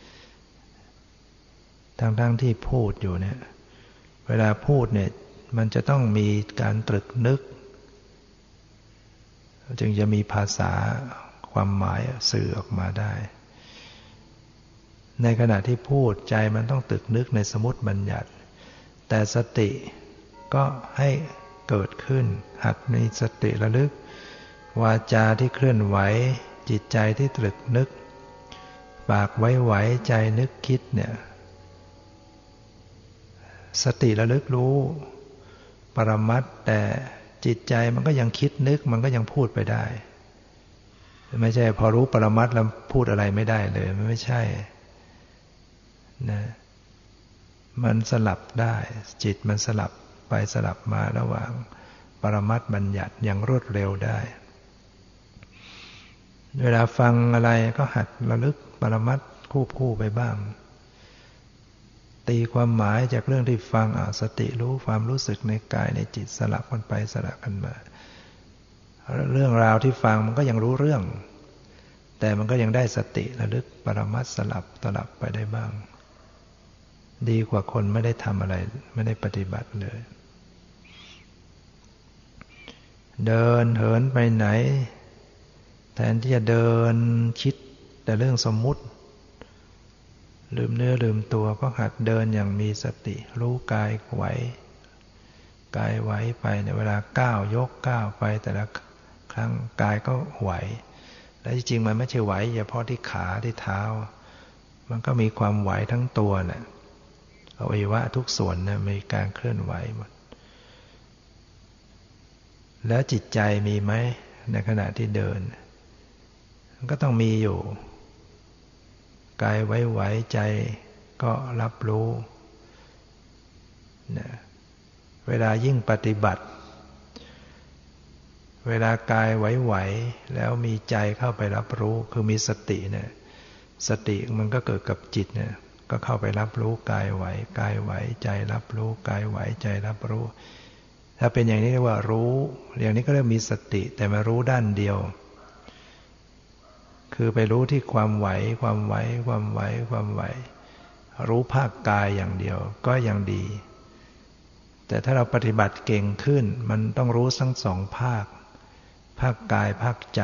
ทั้งๆที่พูดอยู่เนี่ยเวลาพูดเนี่ยมันจะต้องมีการตรึกนึกจึงจะมีภาษาความหมายสื่อออกมาได้ในขณะที่พูดใจมันต้องตรึกนึกในสมมุติบัญญัติแต่สติก็ให้เกิดขึ้นหัดมีสติระลึกวาจาที่เคลื่อนไหวจิตใจที่ตรึกนึกปากไว้ไหวใจนึกคิดเนี่ยสติระลึกรู้ปรมัตถ์แต่จิตใจมันก็ยังคิดนึกมันก็ยังพูดไปได้ไม่ใช่พอรู้ปรมัตถ์แล้วพูดอะไรไม่ได้เลยมันไม่ใช่นะมันสลับได้จิตมันสลับไปสลับมาระหว่างปรมัตถ์บัญญัติอย่างรวดเร็วได้เวลาฟังอะไรก็หัดระลึกปรมัตถ์คู่ๆไปบ้างตีความหมายจากเรื่องที่ฟังอ่ะสติรู้ความรู้สึกในกายในจิตสลับกันไปสลับกันมาเรื่องราวที่ฟังมันก็ยังรู้เรื่องแต่มันก็ยังได้สติระลึกปรมัตถ์สลับสลับไปได้บ้างดีกว่าคนไม่ได้ทำอะไรไม่ได้ปฏิบัติเลยเดินเหินไปไหนแทนที่จะเดินคิดแต่เรื่องสมมุติลืมเนื้อลืมตัวก็หัดเดินอย่างมีสติรู้กายไหวกายไหวไปในเวลาก้าวยกก้าวไปแต่ละครั้งกายก็ไหวและจริงๆมันไม่ใช่ไหวเฉพาะที่ขาที่เท้ามันก็มีความไหวทั้งตัวแหละอวัยวะทุกส่วนเนี่ยมีการเคลื่อนไหวหมดแล้วจิตใจมีไหมในขณะที่เดินมันก็ต้องมีอยู่กายไหวๆใจก็รับรู้นะเวลายิ่งปฏิบัติเวลากายไหวๆแล้วมีใจเข้าไปรับรู้คือมีสติเนี่ยสติมันก็เกิดกับจิตเนี่ยก็เข้าไปรับรู้กายไหวกายไหวใจรับรู้กายไหวใจรับรู้ถ้าเป็นอย่างนี้เรียกว่ารู้อย่างนี้ก็เรียกมีสติแต่มารู้ด้านเดียวคือไปรู้ที่ความไหวความไหวความไหวความไหวรู้ภาคกายอย่างเดียวก็ยังดีแต่ถ้าเราปฏิบัติเก่งขึ้นมันต้องรู้ทั้งสองภาคภาคกายภาคใจ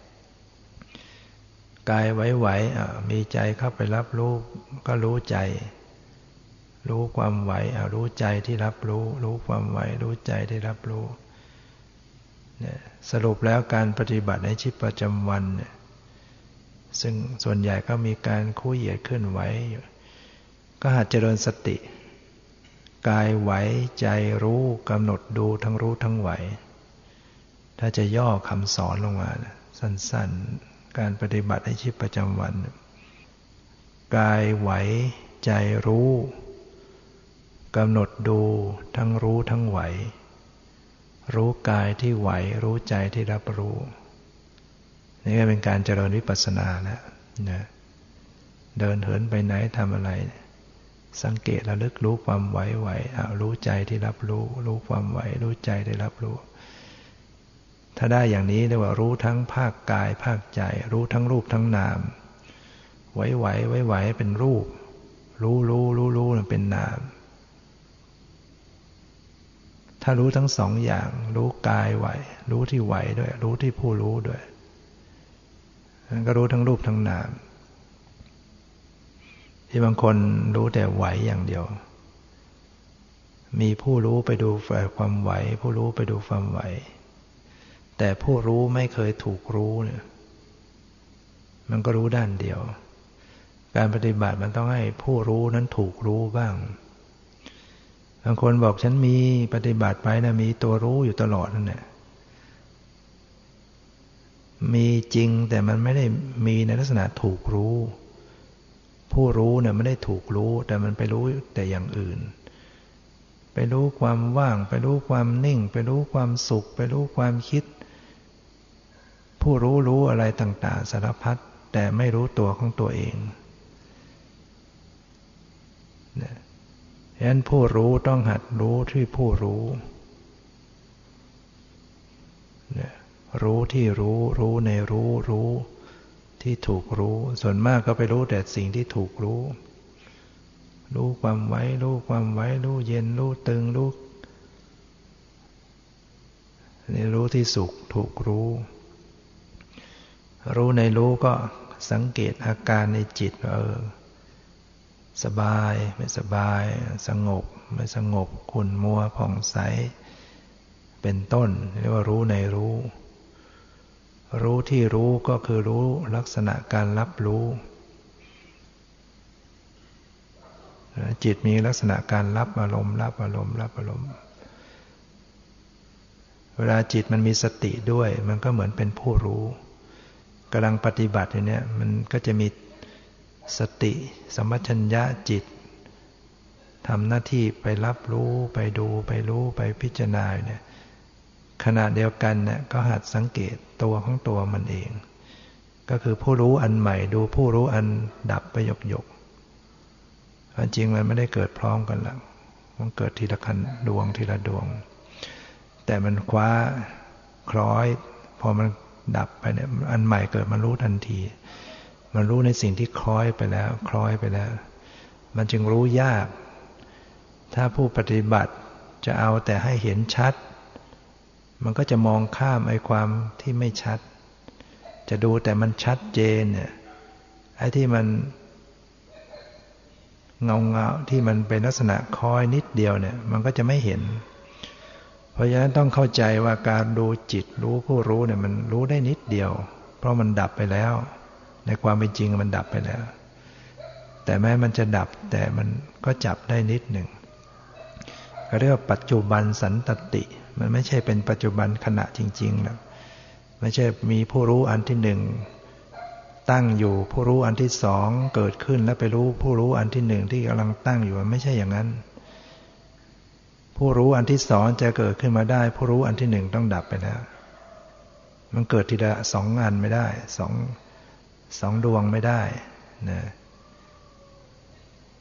กายไหวๆมีใจเข้าไปรับรู้ก็รู้ใจรู้ความไหวรู้ใจที่รับรู้รู้ความไหวรู้ใจที่รับรู้เนี่ยสรุปแล้วการปฏิบัติในชีวิตประจำวันเนี่ยซึ่งส่วนใหญ่ก็มีการคู่เหยียดเคลื่อนไหวก็หัดเจริญสติกายไหวใจรู้กำหนดดูทั้งรู้ทั้งไหวถ้าจะย่อคำสอนลงมาสั้นๆการปฏิบัติในชีวิตประจำวันกายไหวใจรู้กำหนดดูทั้งรู้ทั้งไหวรู้กายที่ไหวรู้ใจที่รับรู้นี่ก็เป็นการเจริญวิปัสสนาแล้วนะเดินเหินไปไหนทำอะไรสังเกตระลึกรู้ความไหวไหวรู้ใจที่รับรู้รู้ความไหวรู้ใจที่รับรู้ถ้าได้อย่างนี้เรียกว่ารู้ทั้งภาคกายภาคใจรู้ทั้งรูปทั้งนามไหวไหวไหวไหวเป็นรูปรู้รู้รู้รู้เป็นนามถ้ารู้ทั้งสองอย่างรู้กายไหวรู้ที่ไหวด้วยรู้ที่ผู้รู้ด้วยมันก็รู้ทั้งรูปทั้งนามที่บางคนรู้แต่ไหวอย่างเดียวมีผู้รู้ไปดูฝ่ายความไหวผู้รู้ไปดูความไหวแต่ผู้รู้ไม่เคยถูกรู้เนี่ยมันก็รู้ด้านเดียวการปฏิบัติมันต้องให้ผู้รู้นั้นถูกรู้บ้างบางคนบอกฉันมีปฏิบัติไปนะมีตัวรู้อยู่ตลอดนั่นแหละมีจริงแต่มันไม่ได้มีในลักษณะถูกรู้ผู้รู้เนี่ยไม่ได้ถูกรู้แต่มันไปรู้แต่อย่างอื่นไปรู้ความว่างไปรู้ความนิ่งไปรู้ความสุขไปรู้ความคิดผู้รู้รู้อะไรต่างๆสารพัดแต่ไม่รู้ตัวของตัวเองนะฉะนั้นผู้รู้ต้องหัดรู้ที่ผู้รู้นะรู้ที่รู้รู้ในรู้รู้ที่ถูกรู้ส่วนมากก็ไปรู้แต่สิ่งที่ถูกรู้รู้ความไหวรู้ความไหวรู้เย็นรู้ตึงรู้นี่รู้ที่สุขถูกรู้รู้ในรู้ก็สังเกตอาการในจิตเออสบายไม่สบายสงบไม่สงบขุ่นมัวผ่องใสเป็นต้นเรียกว่ารู้ในรู้รู้ที่รู้ก็คือรู้ลักษณะการรับรู้จิตมีลักษณะการรับอารมณ์รับอารมณ์รับอารมณ์เวลาจิตมันมีสติด้วยมันก็เหมือนเป็นผู้รู้กำลังปฏิบัติอยู่เนี่ยมันก็จะมีสติสัมปชัญญะจิตทำหน้าที่ไปรับรู้ไปดูไปรู้ไปพิจารณาเนี่ยขณะเดียวกันเนี่ยก็หัดสังเกตตัวของตัวมันเองก็คือผู้รู้อันใหม่ดูผู้รู้อันดับไปหยกหยกจริงมันไม่ได้เกิดพร้อมกันหรอกมันเกิดทีละคันดวงทีละดวงแต่มันคว้าคล้อยพอมันดับไปเนี่ยอันใหม่เกิดมันรู้ทันทีมันรู้ในสิ่งที่คล้อยไปแล้วคล้อยไปแล้วมันจึงรู้ยากถ้าผู้ปฏิบัติจะเอาแต่ให้เห็นชัดมันก็จะมองข้ามไอ้ความที่ไม่ชัดจะดูแต่มันชัดเจนเนี่ยไอ้ที่มันเงาเงาที่มันเป็นลักษณะคล้อยนิดเดียวเนี่ยมันก็จะไม่เห็นเพราะฉะนั้นต้องเข้าใจว่าการดูจิตรู้ผู้รู้เนี่ยมันรู้ได้นิดเดียวเพราะมันดับไปแล้วในความเป็นจริงมันดับไปแล้วแต่แม้มันจะดับแต่มันก็จับได้นิดหนึ่งก็เรียกว่าปัจจุบันสันตติมันไม่ใช่เป็นปัจจุบันขณะจริงๆหรอกไม่ใช่มีผู้รู้อันที่หนึ่งตั้งอยู่ผู้รู้อันที่สองเกิดขึ้นแล้วไปรู้ผู้รู้อันที่หนึ่งที่กำลังตั้งอยู่มันไม่ใช่อย่างนั้นผู้รู้อันที่สองจะเกิดขึ้นมาได้ผู้รู้อันที่หนึ่งต้องดับไปแล้วมันเกิดทีละสองอันไม่ได้สองสองดวงไม่ได้นะ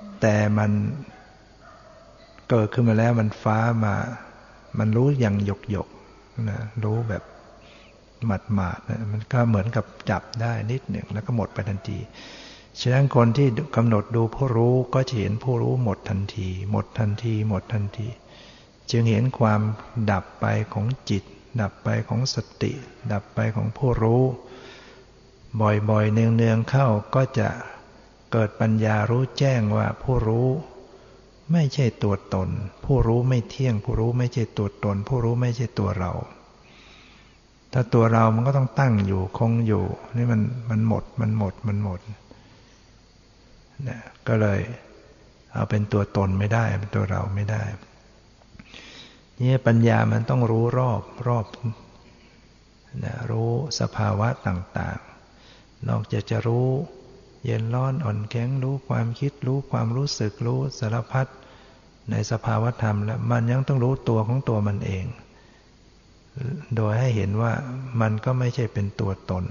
แต่มันเกิดขึ้นมาแล้วมันฟ้ามามันรู้อย่างหยกหยกนะรู้แบบหมาดหมาดนะมันก็เหมือนกับจับได้นิดหนึ่งแล้วก็หมดไปทันทีฉะนั้นคนที่กำหนดดูผู้รู้ก็จะเห็นผู้รู้หมดทันทีหมดทันทีหมดทันทีจึงเห็นความดับไปของจิตดับไปของสติดับไปของผู้รู้บ่อยๆเนืองๆเข้าก็จะเกิดปัญญารู้แจ้งว่าผู้รู้ไม่ใช่ตัวตนผู้รู้ไม่เที่ยงผู้รู้ไม่ใช่ตัวตนผู้รู้ไม่ใช่ตัวเราถ้าตัวเรามันก็ต้องตั้งอยู่คงอยู่นี่มันมันหมดมันหมดมันหมดนะก็เลยเอาเป็นตัวตนไม่ได้เป็นตัวเราไม่ได้นี่ปัญญามันต้องรู้รอบรอบนะรู้สภาวะต่างๆนอกจากจะรู้เย็นร้อนอ่อนแข็งรู้ความคิดรู้ความรู้สึกรู้สารพัดในสภาวะธรรมแล้วมันยังต้องรู้ตัวของตัวมันเองโดยให้เห็นว่ามันก็ไม่ใช่เป็นตัวตน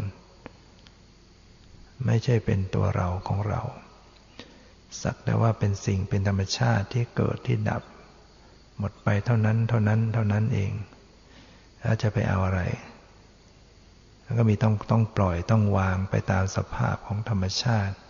ไม่ใช่เป็นตัวเราของเราสักแต่ว่าเป็นสิ่งเป็นธรรมชาติที่เกิดที่ดับหมดไปเท่านั้นเท่านั้นเท่านั้นเองแล้วจะไปเอาอะไรแล้วก็มีต้องต้องปล่อยต้องวางไปตามสภาพของธรรมชาติ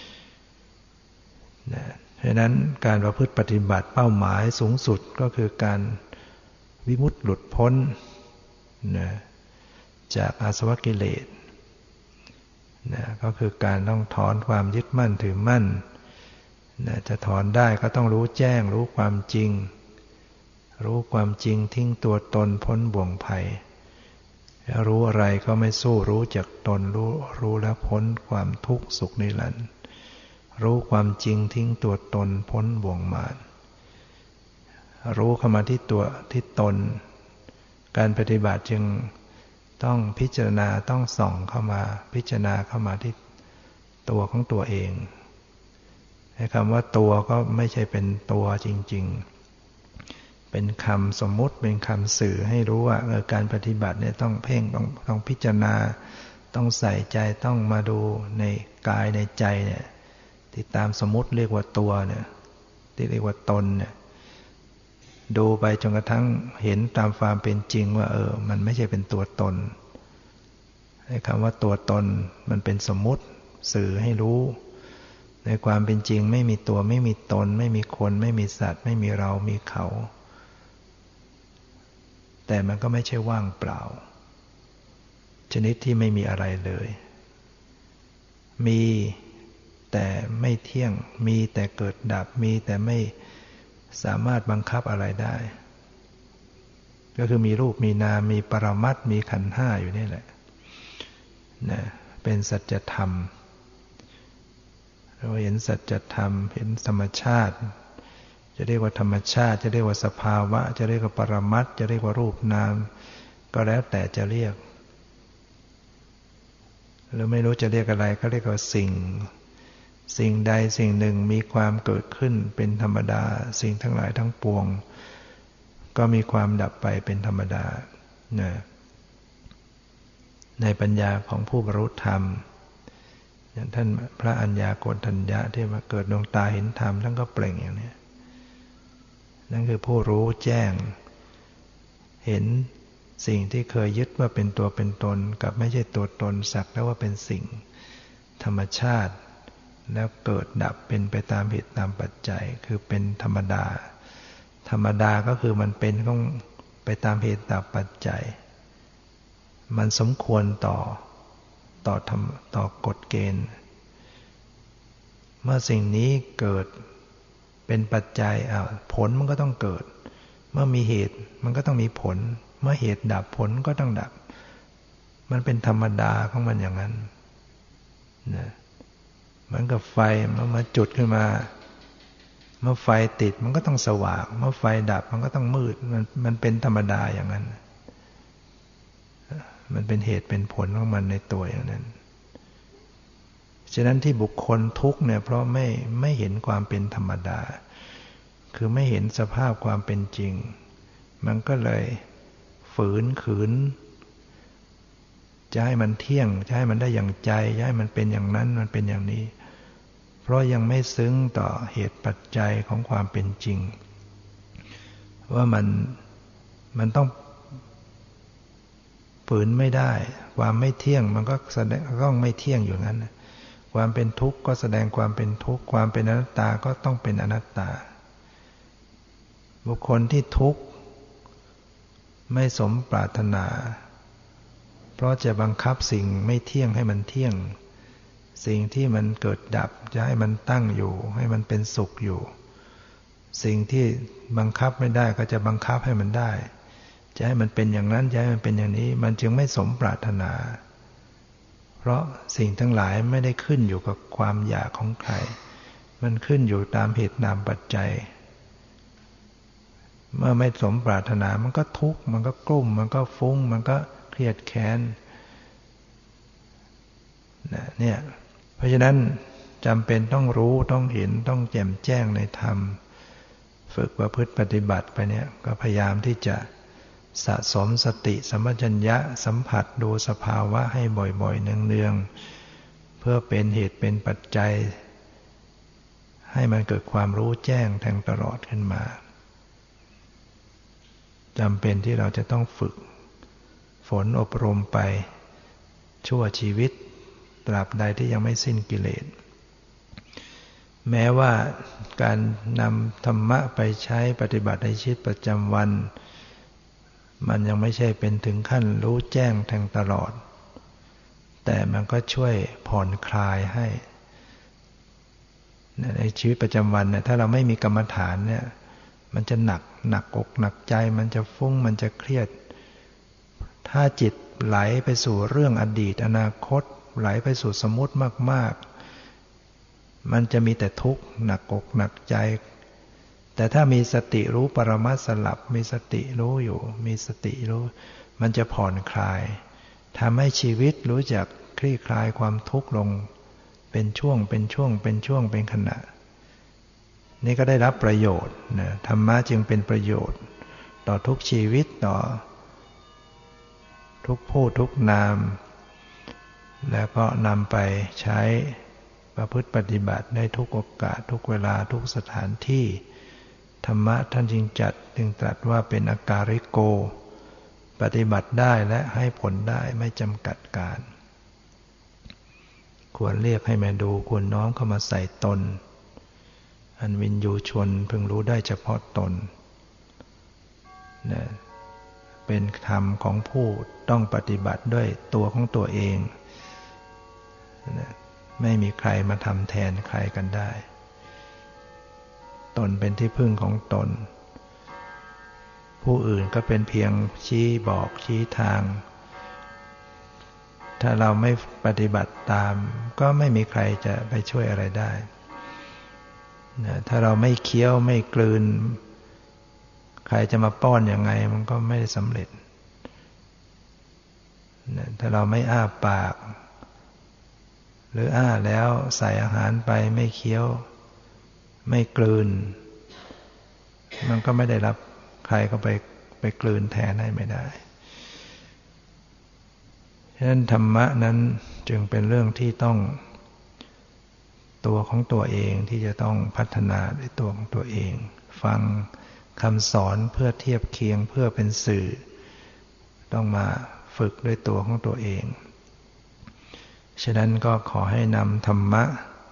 นะเพราะนั้นการประพฤติปฏิบัติเป้าหมายสูงสุดก็คือการวิมุตติหลุดพ้นนะจากอาสวะกิเลสนะก็คือการต้องถอนความยึดมั่นถือมั่นนะจะถอนได้ก็ต้องรู้แจ้งรู้ความจริงรู้ความจริงทิ้งตัวตนพ้นบ่วงภัยรู้อะไรก็ไม่สู้รู้จักตนรู้รู้แล้วพ้นความทุกข์สุขนิรันดร์รู้ความจริงทิ้งตัวตนพ้นบ่วงมารรู้เข้ามาที่ตัวที่ตนการปฏิบัติจึงต้องพิจารณาต้องส่องเข้ามาพิจารณาเข้ามาที่ตัวของตัวเองให้คำว่าตัวก็ไม่ใช่เป็นตัวจริงๆเป็นคำสมมุติเป็นคำสื่อให้รู้ว่าเออการปฏิบัติเนี่ยต้องเพ่งต้องต้องพิจารณาต้องใส่ใจต้องมาดูในกายในใจเนี่ยที่ตามสมมุติเรียกว่าตัวเนี่ยที่เรียกว่าตนเนี่ยดูไปจนกระทั่งเห็นตามความเป็นจริงว่าเออมันไม่ใช่เป็นตัวตนไอ้คำว่าตัวตนมันเป็นสมมุติสื่อให้รู้ในความเป็นจริงไม่มีตัวไม่มีตนไม่มีคนไม่มีสัตว์ไม่มีเรามีเขาแต่มันก็ไม่ใช่ว่างเปล่าชนิดที่ไม่มีอะไรเลยมีแต่ไม่เที่ยงมีแต่เกิดดับมีแต่ไม่สามารถบังคับอะไรได้ก็คือมีรูปมีนามมีปรมัตถ์มีขันธ์ห้าอยู่นี่แหละนะเป็นสัจธรรมเราเห็นสัจธรรมเห็นธรรมชาติจะเรียกว่าธรรมชาติจะเรียกว่าสภาวะจะเรียกว่าปรมัตถ์จะเรียกว่ารูปนามก็แล้วแต่จะเรียกหรือไม่รู้จะเรียกอะไรก็เรียกว่าสิ่งสิ่งใดสิ่งหนึ่งมีความเกิดขึ้นเป็นธรรมดาสิ่งทั้งหลายทั้งปวงก็มีความดับไปเป็นธรรมดานะในปัญญาของผู้บรรลุธรรมอย่างท่านพระอัญญาโกณฑัญญะที่มาเกิดดวงตาเห็นธรรมท่านก็เปล่งอย่างนี้นั่นคือผู้รู้แจ้งเห็นสิ่งที่เคยยึดว่าเป็นตัวเป็นตนกับไม่ใช่ตัวตนสักแล้วว่าเป็นสิ่งธรรมชาติแล้วเกิดดับเป็นไปตามเหตุตามปัจจัยคือเป็นธรรมดาธรรมดาก็คือมันเป็นต้องไปตามเหตุตามปัจจัยมันสมควรต่อต่อธรรมต่อกฎเกณฑ์เมื่อสิ่งนี้เกิดเป็นปัจจัยอ้าวผลมันก็ต้องเกิดเมื่อมีเหตุมันก็ต้องมีผลเมื่อเหตุดับผลก็ต้องดับมันเป็นธรรมดาของมันอย่างนั้นนะเหมือนกับไฟมันมาจุดขึ้นมาเมื่อไฟติดมันก็ต้องสว่างเมื่อไฟดับมันก็ต้องมืดมันมันเป็นธรรมดาอย่างนั้นมันเป็นเหตุเป็นผลของมันในตัวอย่างนั้นฉะนั้นที่บุคคลทุกข์เนี่ยเพราะไม่ไม่เห็นความเป็นธรรมดาคือไม่เห็นสภาพความเป็นจริงมันก็เลยฝืนขืนจะให้มันเที่ยงจะให้มันได้อย่างใจจะให้มันเป็นอย่างนั้นมันเป็นอย่างนี้เพราะยังไม่ซึ้งต่อเหตุปัจจัยของความเป็นจริงว่ามันมันต้องฝืนไม่ได้ความไม่เที่ยงมันก็แสดงต้องไม่เที่ยงอยู่งั้นความเป็นทุกข์ก็แสดงความเป็นทุกข์ความเป็นอนัตตาก็ต้องเป็นอนัตตาบุคคลที่ทุกข์ไม่สมปรารถนาเพราะจะบังคับสิ่งไม่เที่ยงให้มันเที่ยงสิ่งที่มันเกิดดับจะให้มันตั้งอยู่ให้มันเป็นสุขอยู่สิ่งที่บังคับไม่ได้ก็จะบังคับให้มันได้จะให้มันเป็นอย่างนั้นจะให้มันเป็นอย่างนี้มันจึงไม่สมปรารถนาเพราะสิ่งทั้งหลายไม่ได้ขึ้นอยู่กับความอยากของใครมันขึ้นอยู่ตามเหตุนามปัจจัยเมื่อไม่สมปรารถนามันก็ทุกข์มันก็กลุ้มมันก็ฟุ้งมันก็เครียดแค้นเนี่ยเพราะฉะนั้นจำเป็นต้องรู้ต้องเห็นต้องแจ่มแจ้งในธรรมฝึกประพฤติปฏิบัติไปเนี่ยก็พยายามที่จะสะสมสติสัมปชัญญะสัมผัสดูสภาวะให้บ่อยๆเนืองๆเพื่อเป็นเหตุเป็นปัจจัยให้มันเกิดความรู้แจ้งแทงตลอดขึ้นมาจำเป็นที่เราจะต้องฝึกฝนอบรมไปชั่วชีวิตตราบใดที่ยังไม่สิ้นกิเลสแม้ว่าการนำธรรมะไปใช้ปฏิบัติในชีวิตประจำวันมันยังไม่ใช่เป็นถึงขั้นรู้แจ้งแทงตลอดแต่มันก็ช่วยผ่อนคลายให้ในชีวิตประจำวันเนี่ยถ้าเราไม่มีกรรมฐานเนี่ยมันจะหนักหนักอกหนักใจมันจะฟุ้งมันจะเครียดถ้าจิตไหลไปสู่เรื่องอดีตอนาคตไหลไปสู่สมมุติมากๆมันจะมีแต่ทุกข์หนักอกหนักใจแต่ถ้ามีสติรู้ปรมัตถ์สลับมีสติรู้อยู่มีสติรู้มันจะผ่อนคลายทำให้ชีวิตรู้จักคลี่คลายความทุกข์ลงเป็นช่วงเป็นช่วงเป็นช่วงเป็นขณะนี่ก็ได้รับประโยชน์นะธรรมะจึงเป็นประโยชน์ต่อทุกชีวิตต่อทุกผู้ทุกนามแล้วก็นำไปใช้ประพฤติปฏิบัติได้ทุกโอกาสทุกเวลาทุกสถานที่ธรรมะท่านจึงจัดจึงตรัสว่าเป็นอาการิโกปฏิบัติได้และให้ผลได้ไม่จำกัดการควรเรียกให้มาดูควรน้อมเข้ามาใส่ตนอันวินยูชนพึงรู้ได้เฉพาะตนนะเป็นธรรมของผู้ต้องปฏิบัติด้วยตัวของตัวเองนะไม่มีใครมาทำแทนใครกันได้ตนเป็นที่พึ่งของตนผู้อื่นก็เป็นเพียงชี้บอกชี้ทางถ้าเราไม่ปฏิบัติตามก็ไม่มีใครจะไปช่วยอะไรได้นะถ้าเราไม่เคี้ยวไม่กลืนใครจะมาป้อนยังไงมันก็ไม่ได้สำเร็จนะถ้าเราไม่อ้าปากหรืออ้าแล้วใส่อาหารไปไม่เคี้ยวไม่กลืนมันก็ไม่ได้รับใครก็ไปไปกลืนแทนให้ไม่ได้ฉะนั้นธรรมะนั้นจึงเป็นเรื่องที่ต้องตัวของตัวเองที่จะต้องพัฒนาด้วยตัวของตัวเองฟังคำสอนเพื่อเทียบเคียงเพื่อเป็นสื่อต้องมาฝึกด้วยตัวของตัวเองฉะนั้นก็ขอให้นำธรรมะ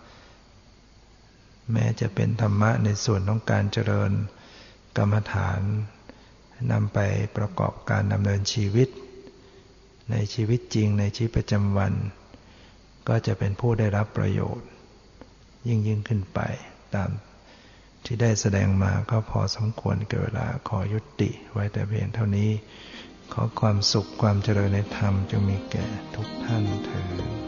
แม้จะเป็นธรรมะในส่วนของการเจริญกรรมฐานนำไปประกอบการดำเนินชีวิตในชีวิตจริงในชีวิตประจำวันก็จะเป็นผู้ได้รับประโยชน์ยิ่งยิ่งขึ้นไปตามที่ได้แสดงมาก็พอสมควรแก่เวลาขอยุติไว้แต่เพียงเท่านี้ขอความสุขความเจริญในธรรมจงมีแก่ทุกท่านเทอญ